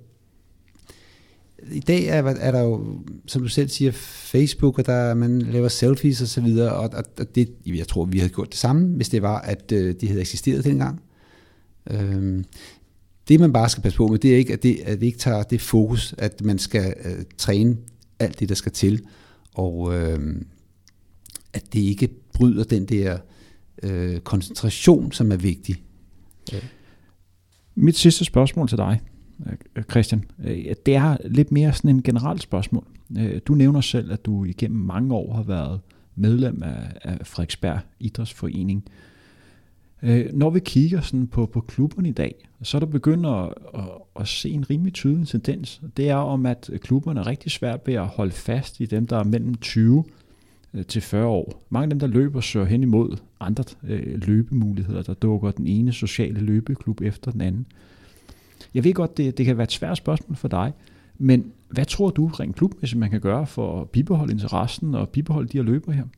i dag er, er der jo, som du selv siger, Facebook, og der, man laver selfies og så videre, og, og det, jeg tror, vi havde gjort det samme, hvis det var, at de havde eksisteret dengang. Øhm, det man bare skal passe på med, det er ikke, at det, at det ikke tager det fokus, at man skal øh, træne alt det, der skal til, og øh, at det ikke bryder den der øh, koncentration, som er vigtig. Ja. Mit sidste spørgsmål til dig, Christian, det er lidt mere sådan en generelt spørgsmål. Du nævner selv, at du igennem mange år har været medlem af, af Frederiksberg Idrætsforening. Når vi kigger sådan på, på klubberne i dag, så er der begyndt at, at, at se en rimelig tydelig tendens. Det er om, at klubberne er rigtig svært ved at holde fast i dem, der er mellem tyve til fyrre år. Mange af dem, der løber, søger hen imod andre øh, løbemuligheder, der dukker den ene sociale løbeklub efter den anden. Jeg ved godt, det, det kan være et svært spørgsmål for dig, men hvad tror du rent klubmæssigt, man kan gøre for at bibeholde interessen og bibeholde de her løbere her?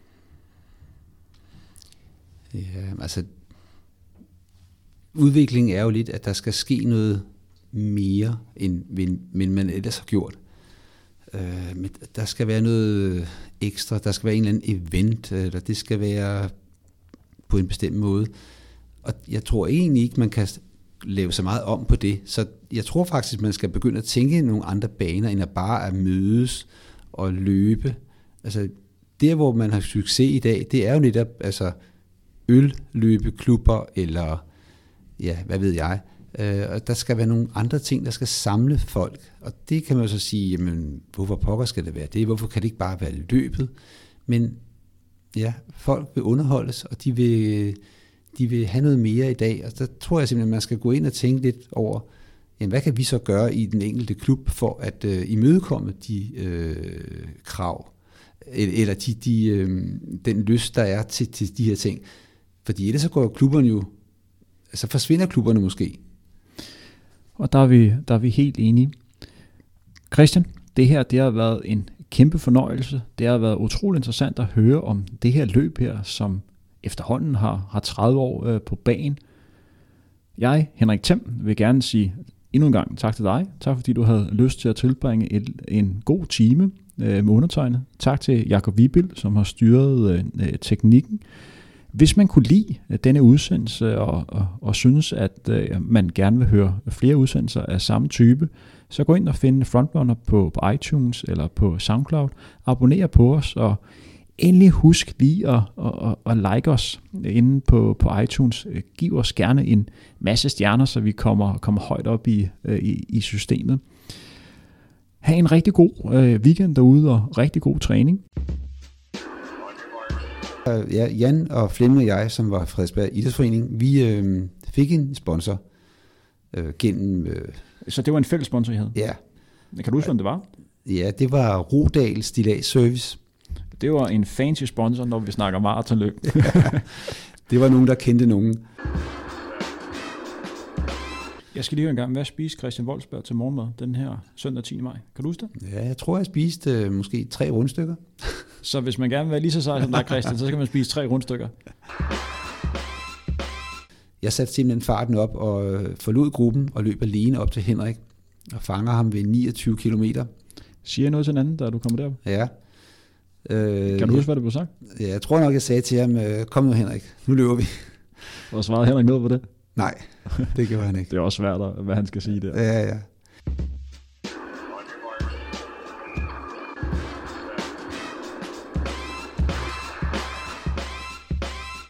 Ja, altså udviklingen er jo lidt, at der skal ske noget mere, end, end man ellers har gjort. Øh, men der skal være noget ekstra, der skal være en eller anden event, eller det skal være på en bestemt måde. Og jeg tror egentlig ikke, man kan lave så meget om på det. Så jeg tror faktisk, man skal begynde at tænke i nogle andre baner, end at bare at mødes og løbe. Altså der, hvor man har succes i dag, det er jo netop altså ølløbeklubber, eller ja, hvad ved jeg. Øh, og der skal være nogle andre ting, der skal samle folk. Og det kan man så sige, jamen, hvorfor pokker skal det være det? Hvorfor kan det ikke bare være løbet? Men ja, folk vil underholdes, og de vil, de vil have noget mere i dag. Og der tror jeg simpelthen, at man skal gå ind og tænke lidt over, jamen, hvad kan vi så gøre i den enkelte klub, for at øh, imødekomme de øh, krav, eller de, de, øh, den lyst, der er til, til de her ting. Fordi ellers så går klubberne jo, altså forsvinder klubberne måske. Og der er vi, der er vi helt enige. Christian, det her det har været en kæmpe fornøjelse. Det har været utrolig interessant at høre om det her løb her, som efterhånden har, har tredive år øh, på banen. Jeg, Henrik Them, vil gerne sige endnu en gang tak til dig. Tak fordi du havde lyst til at tilbringe et, en god time øh, med undertegnet. Tak til Jakob Wibil, som har styret øh, teknikken. Hvis man kunne lide denne udsendelse og, og, og synes, at øh, man gerne vil høre flere udsendelser af samme type, så gå ind og find Frontrunner på, på iTunes eller på SoundCloud. Abonner på os, og endelig husk lige at, at, at like os inde på, på iTunes. Giv os gerne en masse stjerner, så vi kommer, kommer højt op i, i, i systemet. Ha' en rigtig god øh, weekend derude og rigtig god træning. Ja, Jan og Flemming og jeg, som var Frederiksberg Idrætsforening, vi øh, fik en sponsor øh, gennem... Øh, Så det var en fælles sponsor, I havde? Ja. Kan du huske, hvem det var? Ja, det var Rodal Stillads Service. Det var en fancy sponsor, når vi snakker maratonløb. Det var nogen, der kendte nogen. Jeg skal lige høre en gang, hvad spiste Christian Wolfsberg til morgenmad den her søndag tiende maj? Kan du huske det? Ja, jeg tror, jeg spiste øh, måske tre rundstykker. Så hvis man gerne vil være lige så sej som dig, Christian, så skal man spise tre rundstykker. Jeg satte simpelthen farten op og forlod gruppen og løb alene op til Henrik og fanger ham ved niogtyve kilometer. Siger jeg noget til en anden, da du kommer derop? Ja. Øh, kan du huske, hvad det blev sagt? Ja, jeg tror nok, jeg sagde til ham, kom nu Henrik, nu løber vi. Og svarede Henrik noget på det? Nej, det gjorde han ikke. Det er også svært, hvad han skal sige der. Ja, ja.